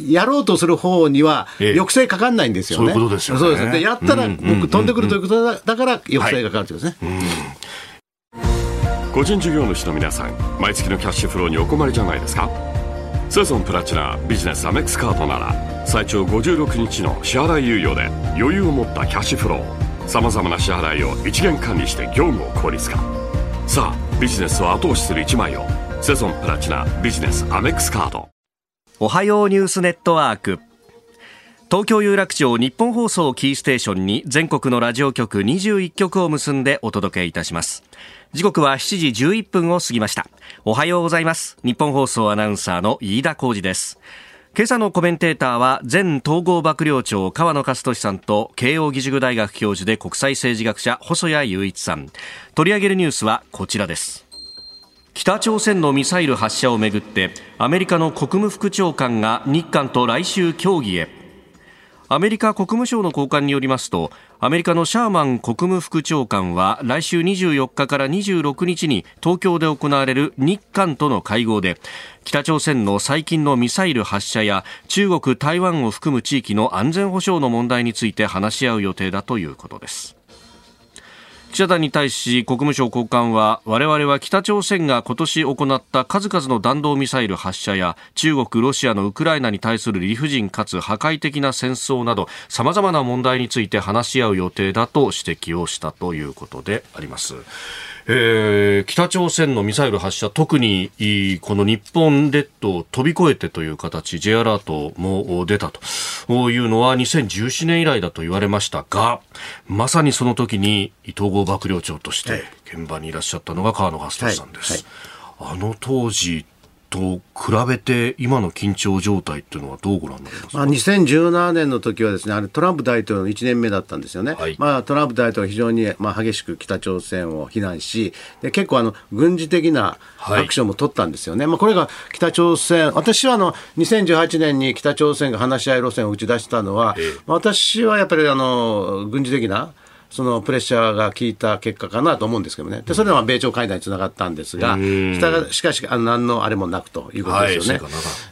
やろうとする方には抑制かかんないんですよね。 ええ、そういうことですよね。 そうです。でやったら僕飛んでくるということだ、だから抑制がかかるということですね。はい、 うん、個人事業主の皆さん、毎月のキャッシュフローにお困りじゃないですか。セゾンプラチナビジネスアメックスカードなら最長ごじゅうろくにちの支払い猶予で余裕を持ったキャッシュフロー、さまざまな支払いを一元管理して業務を効率化。さあビジネスを後押しする一枚を、セゾンプラチナビジネスアメックスカード。 おはようニュースネットワーク、東京有楽町日本放送キーステーションに全国のラジオ局にじゅういっきょくを結んでお届けいたします。時刻はしちじじゅういっぷんを過ぎました。おはようございます。日本放送アナウンサーの飯田浩司です。今朝のコメンテーターは前統合幕僚長河野克俊さんと慶應義塾大学教授で国際政治学者細谷雄一さん。取り上げるニュースはこちらです。北朝鮮のミサイル発射をめぐってアメリカの国務副長官が日韓と来週協議へ。アメリカ国務省の高官によりますと、アメリカのシャーマン国務副長官は来週にじゅうよっかからにじゅうろくにちに東京で行われる日韓との会合で、北朝鮮の最近のミサイル発射や中国台湾を含む地域の安全保障の問題について話し合う予定だということです。記者団に対し国務省高官は、我々は北朝鮮が今年行った数々の弾道ミサイル発射や中国ロシアのウクライナに対する理不尽かつ破壊的な戦争など様々な問題について話し合う予定だと指摘をしたということであります。えー、北朝鮮のミサイル発射、特にこの日本列島を飛び越えてという形、 J アラートも出たというのはにせんじゅうななねん以来だと言われましたが、まさにその時に統合幕僚長として現場にいらっしゃったのが河野克俊さんです。はいはい、あの当時と比べて今の緊張状態っていうのはどうご覧になりますか。 まあ、にせんじゅうななねんの時はですね、あれトランプ大統領のいちねんめだったんですよね。はい、まあ、トランプ大統領は非常にまあ激しく北朝鮮を非難し、で結構あの軍事的なアクションも取ったんですよね。はい、まあ、これが北朝鮮、私はあのにせんじゅうはちねんに北朝鮮が話し合い路線を打ち出したのは、ええ、私はやっぱりあの軍事的なそのプレッシャーが効いた結果かなと思うんですけどね。でそれでは米朝会談につながったんですが、したがしかしあの何のあれもなくということですよね。はい、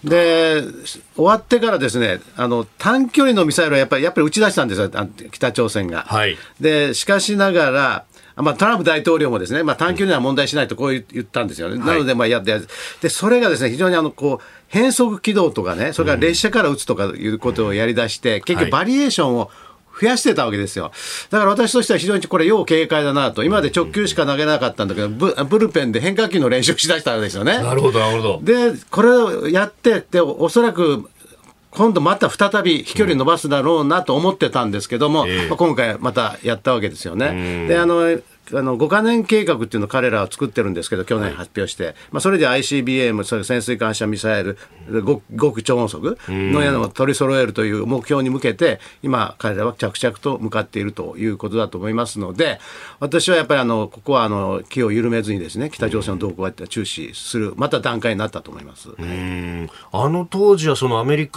で終わってからですね、あの短距離のミサイルはやっぱりやっぱり打ち出したんですよ、北朝鮮が。はい、でしかしながらまあ、トランプ大統領もですね、まあ、短距離には問題しないとこう言ったんですよね。うん、なのでまあやってでそれがですね、非常にあのこう変則軌道とかね、それから列車から撃つとかいうことをやり出して、うん、結局バリエーションを増やしてたわけですよ。だから私としては非常にこれ要警戒だなと。今まで直球しか投げなかったんだけど、ブ, ブルペンで変化球の練習しだしたんですよね。 なるほどなるほど。 でこれをやってでおそらく今度また再び飛距離伸ばすだろうなと思ってたんですけども、うん、まあ、今回またやったわけですよね。であのあのごかねん計画っていうのを彼らは作ってるんですけど、去年発表して、はい、まあ、それで アイシービーエム、それ潜水艦射ミサイル、極超音速のやのを取り揃えるという目標に向けて、今彼らは着々と向かっているということだと思いますので、私はやっぱりあのここはあの気を緩めずにですね、北朝鮮の動向を注視するまた段階になったと思います。 うん、あの当時はそのアメリカ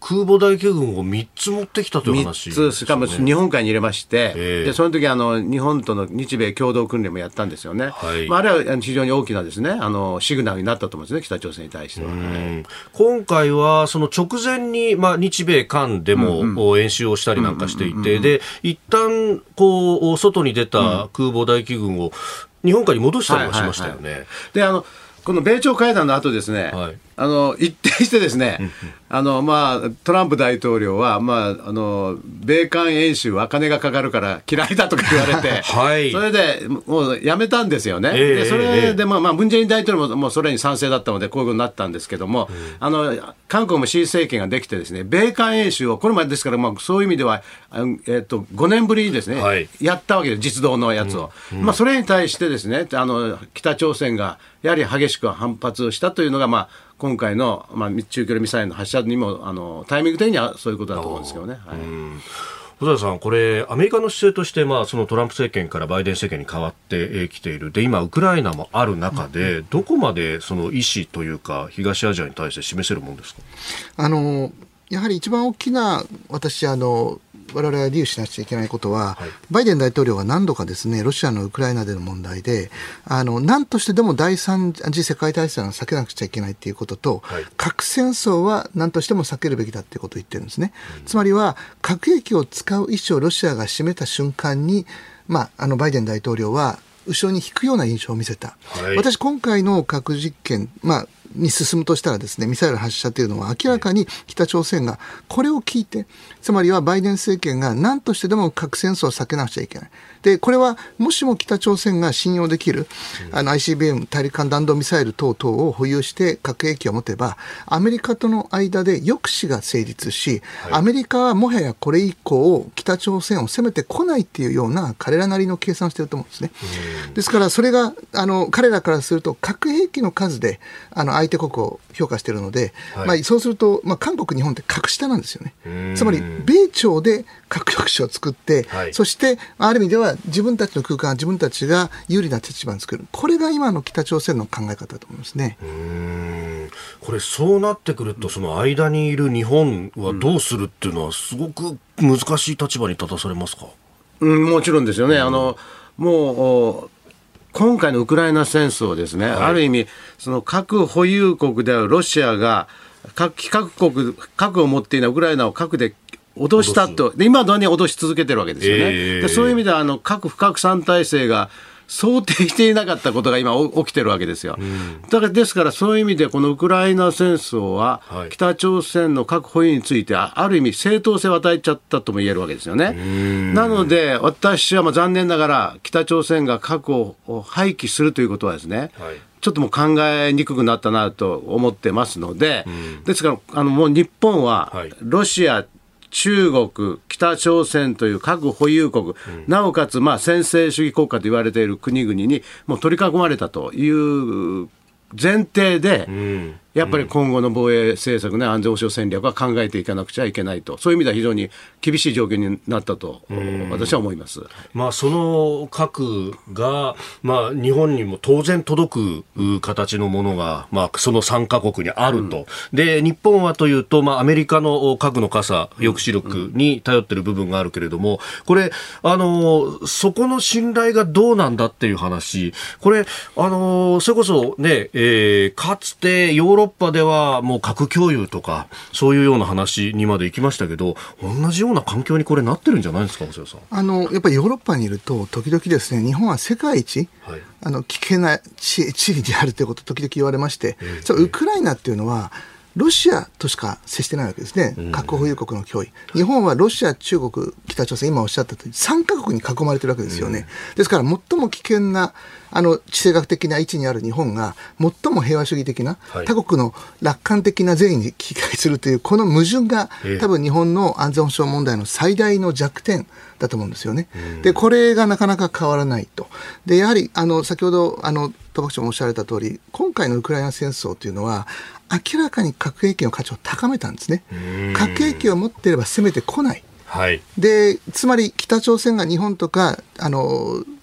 空母大機軍をみっつ持ってきたという話、 みっつ、しかも日本海に入れまして、 えー、 でその時あの日本との日米共同訓練もやったんですよね、はい、まあ、あれは非常に大きなですね、あのシグナルになったと思うんですね、北朝鮮に対しては。 今回はその直前に、まあ、日米韓でも、うんうん、演習をしたりなんかしていて、で一旦こう外に出た空母大機軍を日本海に戻したりもしましたよね。はいはいはい、 であのこの米朝会談の後ですね、はい、あの一転してですねあの、まあ、トランプ大統領は、まあ、あの米韓演習は金がかかるから嫌いだとか言われて、はい、それでもうやめたんですよね。えー、でそれで、まあまあ、ムン・ジェイン大統領ももうそれに賛成だったのでこういうことになったんですけども、うん、あの韓国も新政権ができてですね、米韓演習をこれまでですから、まあ、そういう意味では、えー、とごねんぶりにですね、はい、やったわけです、実動のやつを。うんうん、まあ、それに対してですね、あの北朝鮮がやはり激しく反発したというのが、まあ、今回の、まあ、中距離ミサイルの発射にもあのタイミング的にはそういうことだと思うんですけどね。はい、 小田さん、これアメリカの姿勢として、まあ、そのトランプ政権からバイデン政権に変わってきているで、今ウクライナもある中で、うん、どこまでその意思というか東アジアに対して示せるものですか。 あのやはり一番大きな私あの我々が理由しなくちゃいけないことは、はい、バイデン大統領が何度かですね、ロシアのウクライナでの問題で、あの何としてでも第三次世界大戦は避けなくちゃいけないということと、はい、核戦争は何としても避けるべきだということを言ってるんですね。うん、つまりは核兵器を使う意思をロシアが示した瞬間に、まあ、あのバイデン大統領は後ろに引くような印象を見せた。はい、私今回の核実験、まあに進むとしたらですね、ミサイル発射というのは明らかに北朝鮮がこれを聞いて、つまりはバイデン政権が何としてでも核戦争を避けなくちゃいけない。で、これはもしも北朝鮮が信用できる、あの アイシービーエム 大陸間弾道ミサイル等々を保有して核兵器を持てば、アメリカとの間で抑止が成立し、はい、アメリカはもはやこれ以降北朝鮮を攻めてこないっていうような彼らなりの計算をしていると思うんですね。ですからそれがあの彼らからすると核兵器の数であの相手国を評価しているので、はい、まあ、そうすると、まあ、韓国、日本って格下なんですよね。つまり米朝で核抑止を作って、はい、そしてある意味では自分たちの空間、自分たちが有利な立場に作る、これが今の北朝鮮の考え方だと思いますね。 うーん、これそうなってくると、その間にいる日本はどうするっていうのはすごく難しい立場に立たされますか。 うん、もちろんですよね。あのもう今回のウクライナ戦争ですね、はい、ある意味その核保有国であるロシアが核非核国核を持っていないウクライナを核で脅したと、で今どうに脅し続けてるわけですよね。えー、でそういう意味ではあの核不拡散体制が想定していなかったことが今起きてるわけですよ。うん、だからですからそういう意味でこのウクライナ戦争は北朝鮮の核保有についてある意味正当性を与えちゃったとも言えるわけですよね。なので私はまあ残念ながら北朝鮮が核を廃棄するということはですね、はい、ちょっともう考えにくくなったなと思ってますので、うん、ですからあのもう日本はロシア、はい、中国、北朝鮮という核保有国、うん、なおかつまあ専制主義国家と言われている国々にもう取り囲まれたという前提で、うん、やっぱり今後の防衛政策、ね、安全保障戦略は考えていかなくちゃいけないと、そういう意味では非常に厳しい状況になったと私は思います。 まあ、その核が、まあ、日本にも当然届く形のものが、まあ、そのさんカ国にあると、うん、で日本はというと、まあ、アメリカの核の傘抑止力に頼っている部分があるけれども、これあのそこの信頼がどうなんだっていう話、これあのそれこそね、えー、かつてヨーロッパではもう核共有とかそういうような話にまで行きましたけど、同じような環境にこれなってるんじゃないですか。細谷さん、 あのやっぱりヨーロッパにいると時々ですね、日本は世界一、はい、あの危険な地域であるということを時々言われまして、えー、そうウクライナっていうのはロシアとしか接してないわけですね。核保有国の脅威、日本はロシア、中国、北朝鮮、今おっしゃったとおりさんカ国に囲まれてるわけですよね。ですから最も危険なあの地政学的な位置にある日本が最も平和主義的な、はい、他国の楽観的な善意に危害するというこの矛盾が多分日本の安全保障問題の最大の弱点だと思うんですよね。でこれがなかなか変わらないと。でやはりあの先ほどあの戸bak長もおっしゃられた通り、今回のウクライナ戦争というのは明らかに核兵器の価値を高めたんですね。核兵器を持っていれば攻めてこない、はい、でつまり北朝鮮が日本とかあの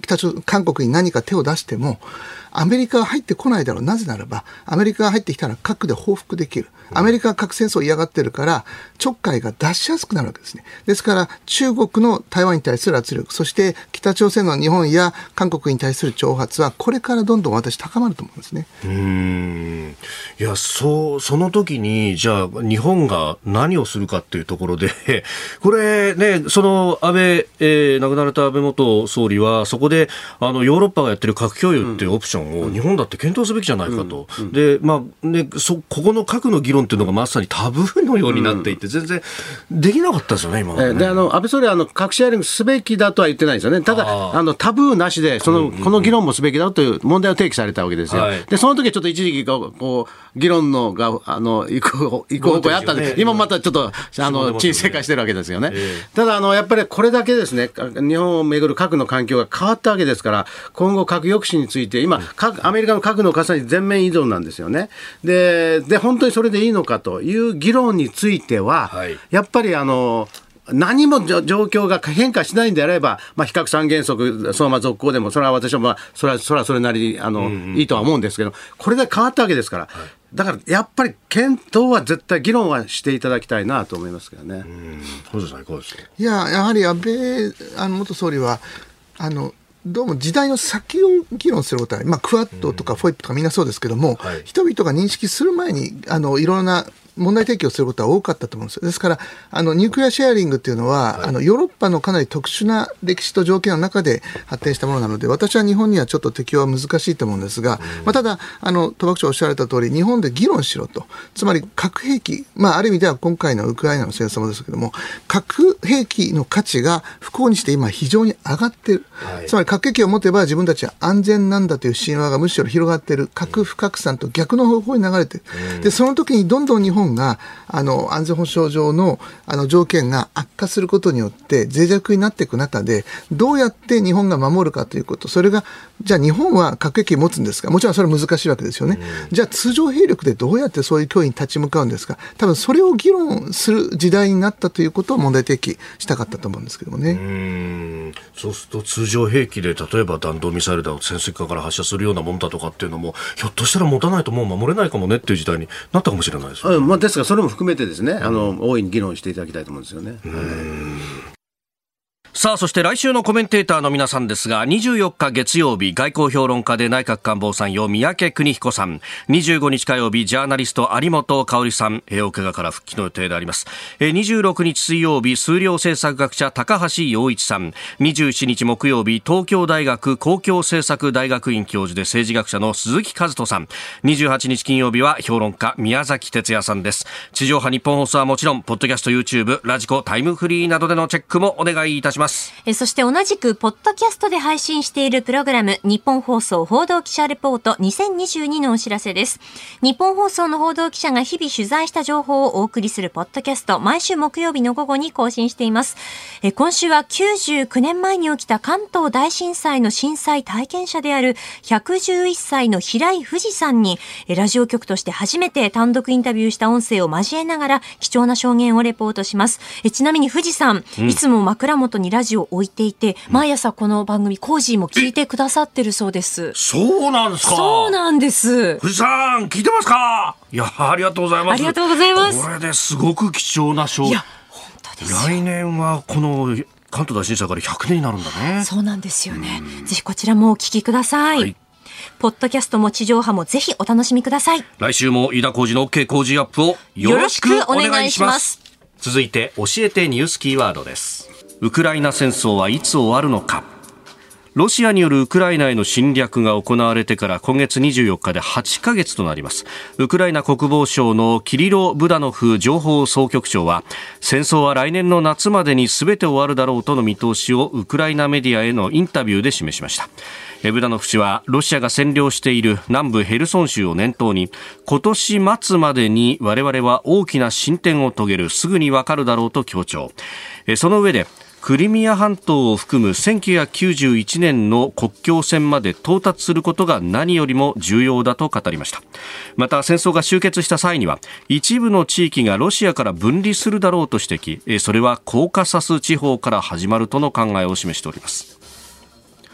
北朝韓国に何か手を出してもアメリカは入ってこないだろう。なぜならばアメリカが入ってきたら核で報復できる。アメリカは核戦争を嫌がってるからちょっかいが出しやすくなるわけですね。ですから中国の台湾に対する圧力、そして北朝鮮の日本や韓国に対する挑発はこれからどんどん私高まると思うんですね。 うーん、いや、そうその時にじゃあ日本が何をするかっていうところでこれね、その安倍、えー、亡くなられた安倍元総理はそこであのヨーロッパがやってる核共有っていうオプションを日本だって検討すべきじゃないかと、うんうん、で、まあね、そここの核の議論っていうのがまさにタブーのようになっていて、全然できなかったですよね今までね。 えー、であの安倍総理はあの核シェアリングすべきだとは言ってないんですよね。ただああのタブーなしでその、うんうんうん、この議論もすべきだという問題を提起されたわけですよ、はい、でその時はちょっと一時期こうこう議論のがあの行く行く方向にあったんで、ね、今またちょっとあの沈静化してるわけですよね、えー、ただあのやっぱりこれだけですね、日本をめぐる核の環境が変わったわけですから、今後核抑止について今、うん、アメリカの核の傘に全面依存なんですよね。でで本当にそれでいいのかという議論については、はい、やっぱりあの何も状況が変化しないんであれば、まあ、非核三原則そのまま続行でもそれは私は、まあ、それはそれはそれなりにあの、うんうん、いいとは思うんですけど、これで変わったわけですから、はい、だからやっぱり検討は絶対議論はしていただきたいなと思いますけどね。うん、 そうですね、こうですね。 いや、やはり安倍あの元総理はあのどうも時代の先を議論することは、まあ、クワッドとかフォイップとかみんなそうですけども、うん、はい、人々が認識する前にあのいろんな問題提起をすることは多かったと思うんですよ。ですからあのニュークリアシェアリングっていうのは、はい、あのヨーロッパのかなり特殊な歴史と条件の中で発展したものなので、私は日本にはちょっと適用は難しいと思うんですが、うん、まあ、ただあの戸bak長おっしゃられた通り日本で議論しろと、つまり核兵器、まあ、ある意味では今回のウクライナの戦争もですけども、核兵器の価値が不幸にして今非常に上がっている、はい、つまり核兵器を持てば自分たちは安全なんだという神話がむしろ広がっている、核不拡散と逆の方向に流れている、うん、でその時にどんどん日本があの安全保障上 の, あの条件が悪化することによって脆弱になっていく中で、どうやって日本が守るかということ、それがじゃあ日本は核兵器を持つんですか、もちろんそれは難しいわけですよね、うん、じゃあ通常兵力でどうやってそういう脅威に立ち向かうんですか、多分それを議論する時代になったということを問題提起したかったと思うんですけどもね。うーん、そうすると通常兵器で例えば弾道ミサイルだ潜水艦から発射するようなものだとかっていうのもひょっとしたら持たないともう守れないかもねっていう時代になったかもしれないですよね。 うん、まあ、ですからそれも含めてですね、あの大いに議論していただきたいと思うんですよね。うーん、 さあ、そして来週のコメンテーターの皆さんですが、にじゅうよっか月曜日外交評論家で内閣官房参与三宅邦彦さん、にじゅうごにち火曜日ジャーナリスト有本香里さん、お怪我から復帰の予定であります。にじゅうろくにち水曜日数量政策学者高橋洋一さん、にじゅうしちにち木曜日東京大学公共政策大学院教授で政治学者の鈴木和人さん、にじゅうはちにち金曜日は評論家宮崎哲也さんです。地上波日本放送はもちろんポッドキャスト YouTube ラジコタイムフリーなどでのチェックもお願いいたします。 えそして同じくポッドキャストで配信しているプログラム日本放送報道記者レポートにせんにじゅうにのお知らせです。日本放送の報道記者が日々取材した情報をお送りするポッドキャスト、毎週木曜日の午後に更新しています。え今週はきゅうじゅうきゅうねんまえに起きた関東大震災の震災体験者であるひゃくじゅういっさいの平井富士さんにえラジオ局として初めて単独インタビューした音声を交えながら貴重な証言をレポートします。えちなみに富士さん、うん、いつも枕元にラジオを置いていて、毎朝この番組コージーも聞いてくださってるそうです。 そうなんですか。 そうなんです。 富士さん聞いてますか。いや、ありがとうございます。 ありがとうございます。 これですごく貴重な賞。いや本当ですよ。来年はこの関東大震災からひゃくねんになるんだね。 そうなんですよね。ぜひこちらもお聞きください、はい、ポッドキャストも地上波もぜひお楽しみください。 来週も飯田浩司の OK 工事アップをよろしくお願いします。続いて教えてニュースキーワードです。ウクライナ戦争はいつ終わるのか。ロシアによるウクライナへの侵略が行われてから今月にじゅうよっかではちかげつとなります。ウクライナ国防省のキリロ・ブダノフ情報総局長は、戦争は来年の夏までに全て終わるだろうとの見通しをウクライナメディアへのインタビューで示しました。ブダノフ氏はロシアが占領している南部ヘルソン州を念頭に、今年末までに我々は大きな進展を遂げる、すぐにわかるだろうと強調。その上で、クリミア半島を含むせんきゅうひゃくきゅうじゅういちねんの国境線まで到達することが何よりも重要だと語りました。また戦争が終結した際には一部の地域がロシアから分離するだろうと指摘、それはコーカサス地方から始まるとの考えを示しております。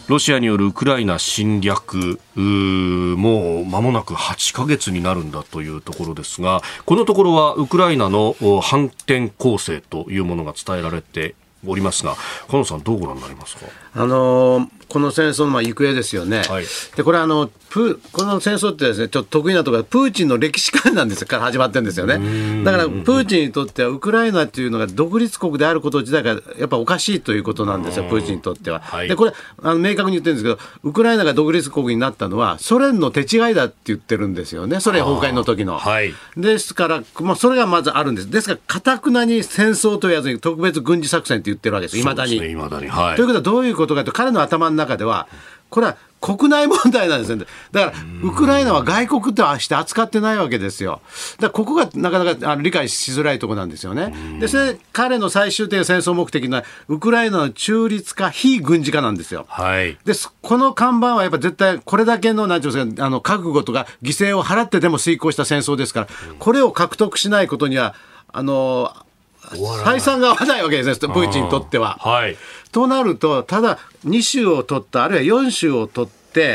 ロシアによるウクライナ侵略、うーもう間もなくはちかげつになるんだというところですが、このところはウクライナの反転攻勢というものが伝えられておりますが、加野さんどうご覧になりますか。 あのー、この戦争のまあ行方ですよね、はい、でこれあのプこの戦争ってですね、ちょっと得意なところはプーチンの歴史観なんですよから始まってるんですよね。だからプーチンにとってはウクライナというのが独立国であること自体がやっぱおかしいということなんですよ、プーチンにとっては、はい、でこれあの明確に言ってるんですけど、ウクライナが独立国になったのはソ連の手違いだって言ってるんですよね、ソ連崩壊の時の、はい、ですから、まあ、それがまずあるんです。ですから堅くなに戦争と言わずに特別軍事作戦って言ってるわけです、いまだに。 そうですね、未だに、はい、 ということはどういうことかというと、彼の頭の中ではこれは国内問題なんですよ。だからウクライナは外国として扱ってないわけですよ。だからここがなかなかあの理解しづらいところなんですよね。でそれ彼の最終的戦争目的のウクライナの中立化非軍事化なんですよ、はい、でこの看板はやっぱ絶対これだけのなんていうんですか、あの覚悟とか犠牲を払ってでも遂行した戦争ですから、これを獲得しないことにはあの採算が合わないわけですね、プーチンにとっては。はい、となると、ただに州を取った、あるいはよん州を取って、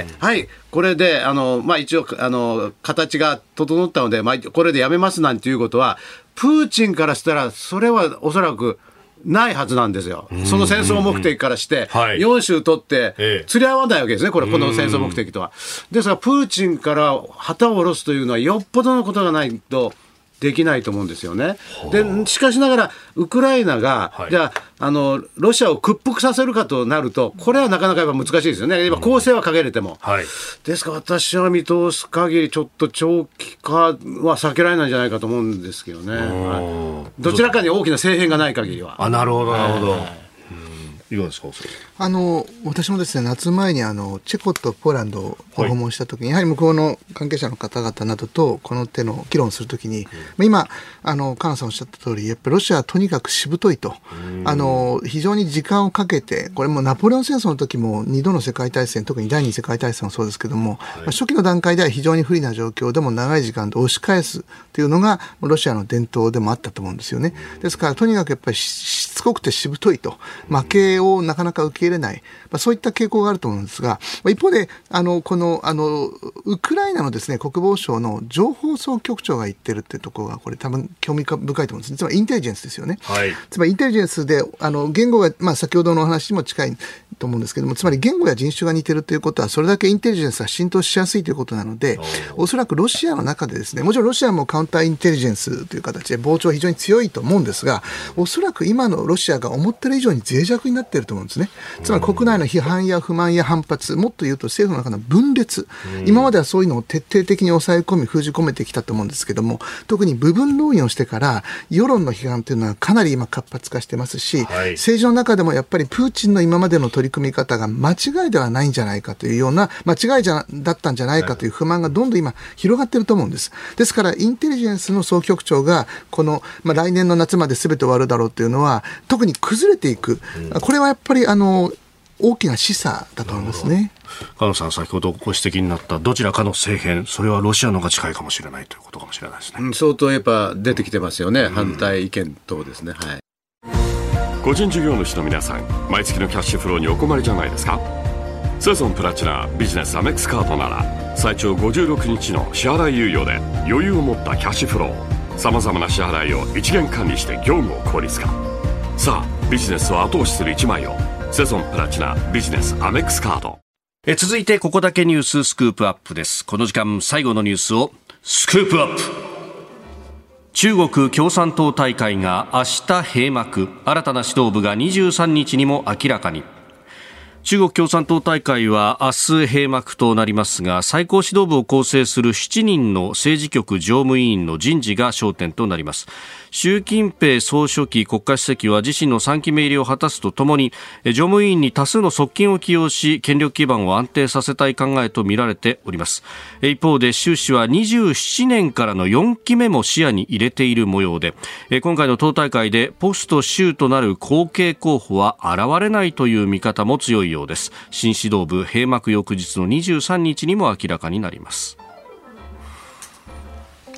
うん、はい、これであの、まあ、一応あの形が整ったので、まあ、これでやめますなんていうことは、プーチンからしたらそれはおそらくないはずなんですよ。その戦争目的からして、よん州取って釣り合わないわけですね、これ、この戦争目的とは。ですから、プーチンから旗を下ろすというのは、よっぽどのことがないとできないと思うんですよね。でしかしながらウクライナが、はい、じゃあ、あのロシアを屈服させるかとなると、これはなかなかやっぱ難しいですよね。今攻勢はかけれても、うん、はい、ですから私は見通す限りちょっと長期化は避けられないんじゃないかと思うんですけどね、はい、どちらかに大きな政変がない限りは。 あ、なるほどなるほど、はい、いかがですか。 あの私もですね、夏前にあのチェコとポーランドを訪問したときに、はい、やはり向こうの関係者の方々などとこの手の議論するときに、うん、今あのカナさんおっしゃった通り、やっぱりロシアはとにかくしぶといと、あの非常に時間をかけて、これもナポレオン戦争の時もにどの世界大戦、特に第二次世界大戦もそうですけども、はい、初期の段階では非常に不利な状況でも長い時間で押し返すというのがロシアの伝統でもあったと思うんですよね。ですからとにかくやっぱりしつこくてしぶといと、負けをなかなか受け入れない、まあ、そういった傾向があると思うんですが、一方であのこのあのウクライナのですね、国防省の情報総局長が言ってるっていうところが、これ多分興味深いと思うんですね。つまりインテリジェンスですよね、はい、つまりインテリジェンスであの言語が、まあ、先ほどのお話にも近いと思うんですけども、つまり言語や人種が似てるということは、それだけインテリジェンスが浸透しやすいということなので、おそらくロシアの中でですね、もちろんロシアもカウンターインテリジェンスという形で膨張は非常に強いと思うんですが、おそらく今のロシアが思ってる以上に脆弱になっていると思うんですね。つまり国内の批判や不満や反発、もっと言うと政府の中の分裂、今まではそういうのを徹底的に抑え込み封じ込めてきたと思うんですけども、特に部分動員をしてから世論の批判というのはかなり今活発化してますし、はい、政治の中でもやっぱりプーチンの今までの取り組み方が間違いではないんじゃないかというような、間違いじゃだったんじゃないかという不満がどんどん今広がっていると思うんです。ですからインテリジェンスの総局長がこの、まあ、来年の夏まで全て終わるだろうというのは特に崩れていく、うん、これはやっぱりあの大きな示唆だと思いますね。 加野さん、先ほどご指摘になったどちらかの政変、それはロシアの方が近いかもしれないということかもしれないですね、 うん、相当やっぱ出てきてますよね、うん、反対意見等ですね、はい、 個人事業主の皆さん、毎月のキャッシュフローにお困りじゃないですか。セゾンプラチナビジネスアメックスカードなら最長ごじゅうろくにちの支払い猶予で余裕を持ったキャッシュフロー、さまざまな支払いを一元管理して業務を効率化。さあビジネスを後押しする一枚を、セゾンプラチナビジネスアメックスカード。 え続いてここだけニューススクープアップです。この時間最後のニュースをスクープアップ。中国共産党大会が明日閉幕、新たな指導部がにじゅうさんにちにも明らかに。中国共産党大会は明日閉幕となりますが、最高指導部を構成するしちにんの政治局常務委員の人事が焦点となります。習近平総書記国家主席は自身のさんきめ入りを果たすとともに、常務委員に多数の側近を起用し権力基盤を安定させたい考えとみられております。一方で習氏はにじゅうななねんからのよんきめも視野に入れている模様で、今回の党大会でポスト習となる後継候補は現れないという見方も強いようです。新指導部閉幕翌日のにじゅうさんにちにも明らかになります。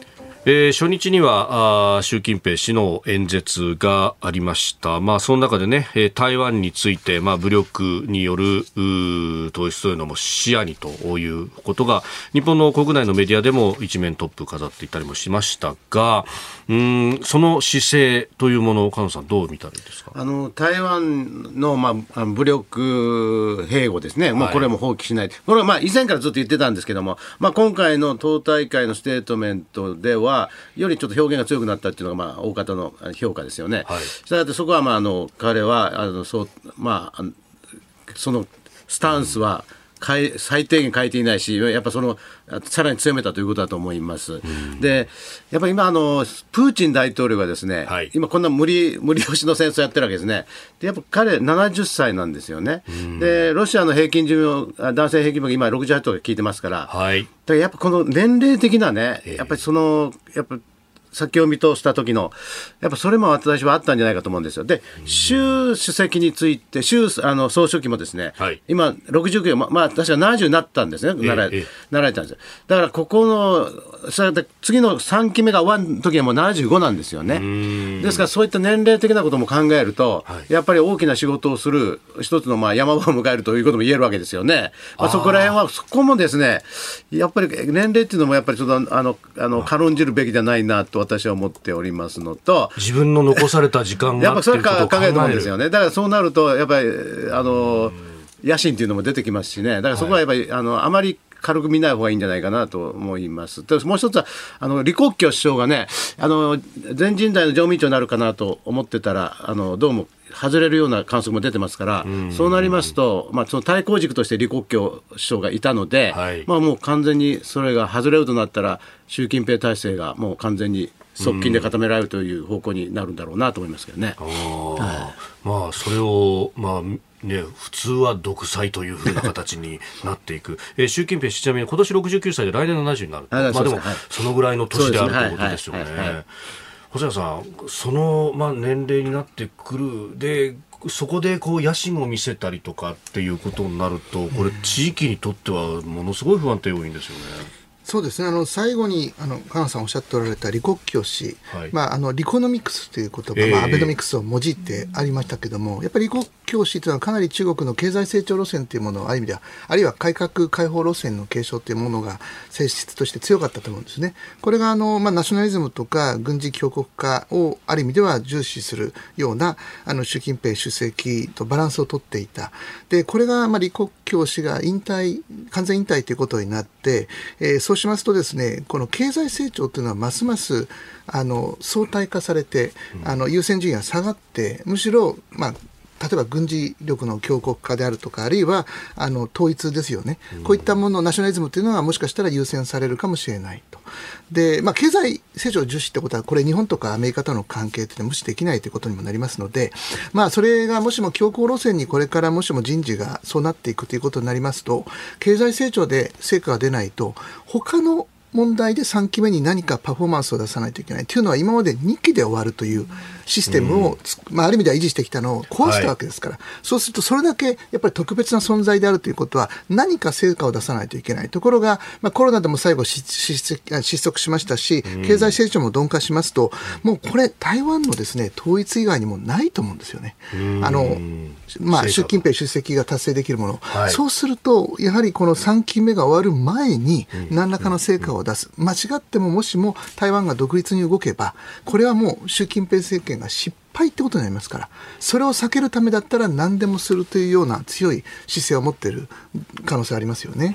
えー、初日にはあ習近平氏の演説がありました。まあ、その中でね、えー、台湾について、まあ、武力による統一というのも視野にということが日本の国内のメディアでも一面トップ飾っていたりもしましたが、うーんその姿勢というものを菅野さんどう見たらいいですか。 あの台湾の、まあ、武力併合ですね、もうこれも放棄しない、はい、これはまあ以前からずっと言ってたんですけども、まあ、今回の党大会のステートメントではよりちょっと表現が強くなったっていうのがまあ大方の評価ですよね。はい、したがってそこはまああの彼はあのそう、まあ、そのスタンスは変え最低限変えていないし、やっぱそのさらに強めたということだと思います。うん、でやっぱり今あのプーチン大統領がですね、はい、今こんな無理無理押しの戦争やってるわけですね。でやっぱ彼ななじゅっさいなんですよね。うん、でロシアの平均寿命男性平均寿命が今ろくじゅうはちとか聞いてますから、はい、だからやっぱこの年齢的なね、やっぱりそのやっぱ先を見通した時のやっぱそれも私はあったんじゃないかと思うんですよ。で習主席について習あの総書記もですね、はい、今ろくじゅうきゅう、ままあ確かななじゅうになったんですね、なら、ええ、なられたんですよ。だからここの次のさんきめが終わる時はもうななじゅうごなんですよね。ですからそういった年齢的なことも考えると、はい、やっぱり大きな仕事をする一つのまあ山場を迎えるということも言えるわけですよね。まあ、そこら辺はそこもですねやっぱり年齢っていうのもやっぱりちょっとあのあの軽んじるべきじゃないなと私は思っておりますのと、 自分の残された時間がやっぱそれか考えると思うんですよね。だからそうなるとやっぱりあの野心というのも出てきますしね。だからそこはやっぱり、はい、あのあまり軽く見ない方がいいんじゃないかなと思います。もう一つはあの李克強首相がねあの全人代の常務委員長になるかなと思ってたらあのどうも外れるような観測も出てますから、うそうなりますと、まあ、その対抗軸として李克強首相がいたので、はい、まあ、もう完全にそれが外れるとなったら習近平体制がもう完全に側近で固められるという方向になるんだろうなと思いますけどね。あ、 はい、まあ、それを、まあね、普通は独裁というふうな形になっていく、えー、習近平氏ちなみに今年ろくじゅうきゅうさいで来年ななじゅうになる、まあ、でもそのぐらいの年であるということですよね。細谷さん、その、まあ、年齢になってくるでそこでこう野心を見せたりとかっていうことになるとこれ地域にとってはものすごい不安定要因ですよね。 そうですね、あの最後にあの菅野さんおっしゃっておられた李克強氏、はい、まあ、あのリコノミクスという言葉、えーまあ、アベノミクスをもじってありましたけども、やっぱり李克強氏というのはかなり中国の経済成長路線というものをある意味ではあるいは改革開放路線の継承というものが性質として強かったと思うんですね。これがあの、まあ、ナショナリズムとか軍事強国化をある意味では重視するようなあの習近平主席とバランスを取っていた。でこれがまあ李克強氏が引退完全引退ということになって、えー、そうしますとですね、この経済成長というのはますますあの相対化されて、あの優先順位が下がって、むしろ、まあ、例えば軍事力の強国化であるとか、あるいはあの統一ですよね、こういったもの、ナショナリズムというのはもしかしたら優先されるかもしれないと。で、まあ、経済成長を重視ってことは、これ日本とかアメリカとの関係というのは無視できないということにもなりますので、まあ、それがもしも強硬路線にこれからもしも人事がそうなっていくということになりますと、経済成長で成果が出ないと他の問題でさんきめに何かパフォーマンスを出さないといけないというのは今までにきで終わるというシステムを、うん、まあ、ある意味では維持してきたのを壊したわけですから、はい、そうするとそれだけやっぱり特別な存在であるということは何か成果を出さないといけない。ところが、まあ、コロナでも最後失速しましたし、経済成長も鈍化しますと、うん、もうこれ台湾のですね統一以外にもないと思うんですよね。あのまあ、習近平主席が達成できるもの、はい、そうするとやはりこのさんきめが終わる前に何らかの成果を出す、間違ってももしも台湾が独立に動けばこれはもう習近平政権が失敗ってことになりますから、それを避けるためだったら何でもするというような強い姿勢を持っている可能性ありますよね。 うん、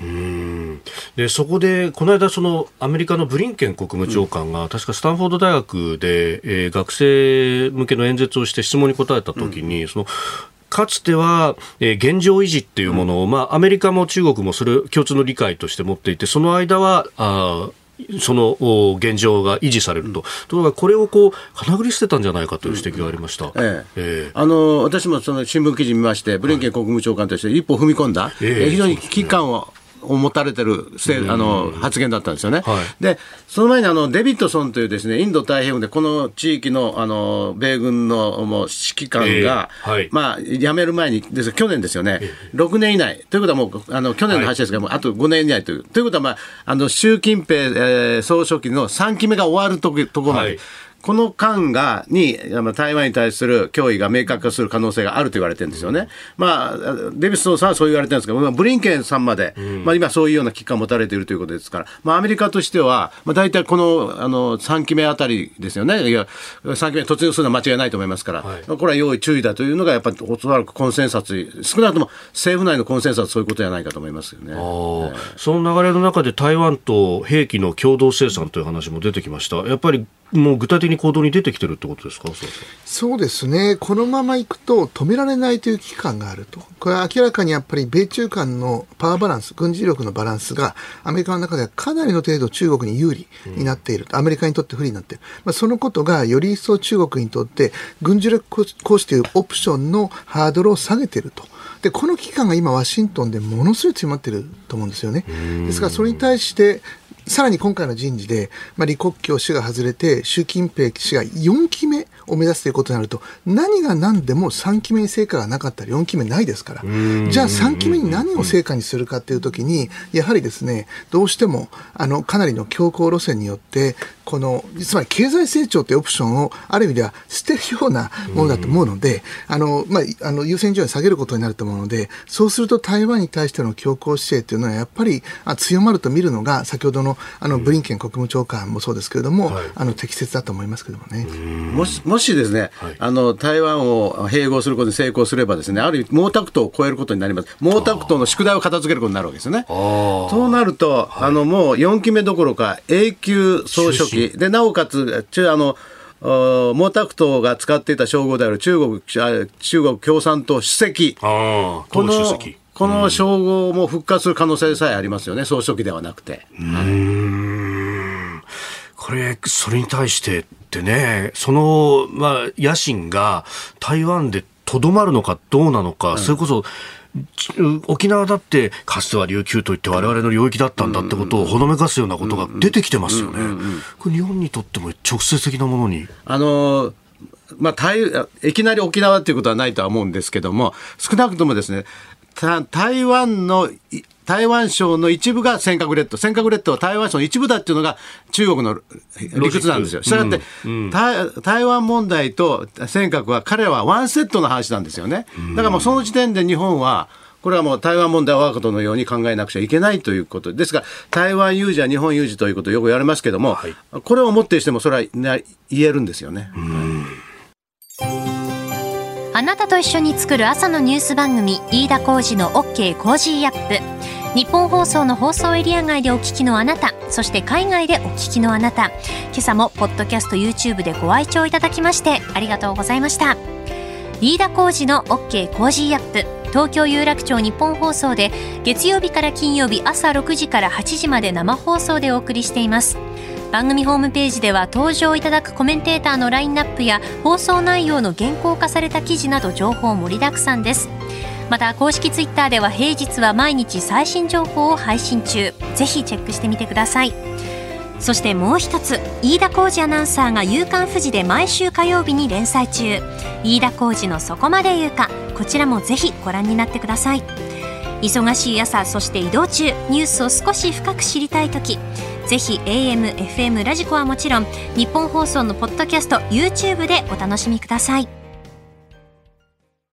でそこでこの間そのアメリカのブリンケン国務長官が、うん、確かスタンフォード大学で、えー、学生向けの演説をして質問に答えたときに、うん、そのかつては、えー、現状維持っていうものを、うん、まあ、アメリカも中国もそれを共通の理解として持っていて、その間はあその現状が維持されると、うん、ところがこれをこうかなぐり捨てたんじゃないかという指摘がありました。うん、えええー、 あの私もその新聞記事見まして、ブリンケン国務長官として一歩踏み込んだ、えー、非常に危機感をを持たれてるあの発言だったんですよね。はい、でその前にあのデビッドソンというですねインド太平洋でこの地域のあの米軍のもう指揮官が、えーはい、まあ、辞める前にです去年ですよね、えー、ろくねん以内ということはもうあの去年の話ですが、はい、もうあとごねん以内というということは、まあ、あの習近平、えー、総書記のさんきめが終わるところまで、はい、この間がに台湾に対する脅威が明確化する可能性があると言われてるんですよね。まあ、デビッドソンさんはそう言われてるんですけど、ブリンケンさんまで、うんまあ、今そういうような危機感を持たれているということですから、まあ、アメリカとしては、まあ、大体この、あのさんきめあたりですよね。いやさんきめ突入するのは間違いないと思いますから、はい、これは要注意だというのがやっぱりおそらくコンセンサス、少なくとも政府内のコンセンサスそういうことじゃないかと思いますよね。あ、えー、その流れの中で台湾と兵器の共同生産という話も出てきました。やっぱりもう具体的に行動に出てきてるってことですか。 そうですね。このままいくと止められないという危機感があると。これは明らかにやっぱり米中間のパワーバランス、軍事力のバランスがアメリカの中ではかなりの程度中国に有利になっている、うん、アメリカにとって不利になっている、まあ、そのことがより一層中国にとって軍事力行使というオプションのハードルを下げていると。でこの危機感が今ワシントンでものすごい強まっていると思うんですよね。ですからそれに対してさらに今回の人事で、まあ、李克強氏が外れて習近平氏がよんきめを目指すということになると、何が何でもさんきめに成果がなかったらよんきめないですから、じゃあさんきめに何を成果にするかというときに、やはりですね、どうしてもあのかなりの強硬路線によってこのつまり経済成長というオプションをある意味では捨てるようなものだと思うので、あの、まあ、あの優先順位を下げることになると思うので、そうすると台湾に対しての強硬姿勢というのはやっぱり強まると見るのが先ほどのあのブリンケン国務長官もそうですけれども、はい、あの適切だと思いますけどもね。 もし、もしですね、はい、あの台湾を併合することに成功すればですね、ある意味毛沢東を超えることになります。毛沢東の宿題を片付けることになるわけですよね。そうなると、はい、あのもうよんきめどころか永久総書記で、なおかつあの毛沢東が使っていた称号である中国、中国共産党主席、あこの主席この称号も復活する可能性さえありますよね、総書記ではなくて。 うーん、これそれに対してってね、その、まあ、野心が台湾でとどまるのかどうなのか、うん、それこそ沖縄だってかつては琉球といって我々の領域だったんだってことをほのめかすようなことが出てきてますよね。これ日本にとっても直接的なものに、 あのーまあ、台いきなり沖縄ということはないとは思うんですけども、少なくともですね、台湾の台湾省の一部が尖閣列島、尖閣列島は台湾省の一部だっていうのが中国の理屈なんですよ。したがって、うんうん、台湾問題と尖閣は彼らはワンセットの話なんですよね。だからもうその時点で日本はこれはもう台湾問題は我がことのように考えなくちゃいけないということですが、台湾有事は日本有事ということをよく言われますけども、はい、これをもってしてもそれは言えるんですよね。うん、 あなたと一緒に作る朝のニュース番組、飯田浩司の OK コージーアップ。日本放送の放送エリア外でお聞きのあなた、そして海外でお聞きのあなた、今朝もポッドキャスト YouTube でご愛聴いただきましてありがとうございました。飯田浩司の OK コージーアップ、東京有楽町日本放送で月曜日から金曜日朝ろくじからはちじまで生放送でお送りしています。番組ホームページでは登場いただくコメンテーターのラインナップや放送内容の原稿化された記事など情報盛りだくさんです。また公式ツイッターでは平日は毎日最新情報を配信中、ぜひチェックしてみてください。そしてもう一つ、飯田浩司アナウンサーが夕刊フジで毎週火曜日に連載中、飯田浩司のそこまで言うか、こちらもぜひご覧になってください。忙しい朝、そして移動中、ニュースを少し深く知りたいとき、ぜひ エーエム、エフエム ラジコはもちろん日本放送のポッドキャスト YouTube でお楽しみください。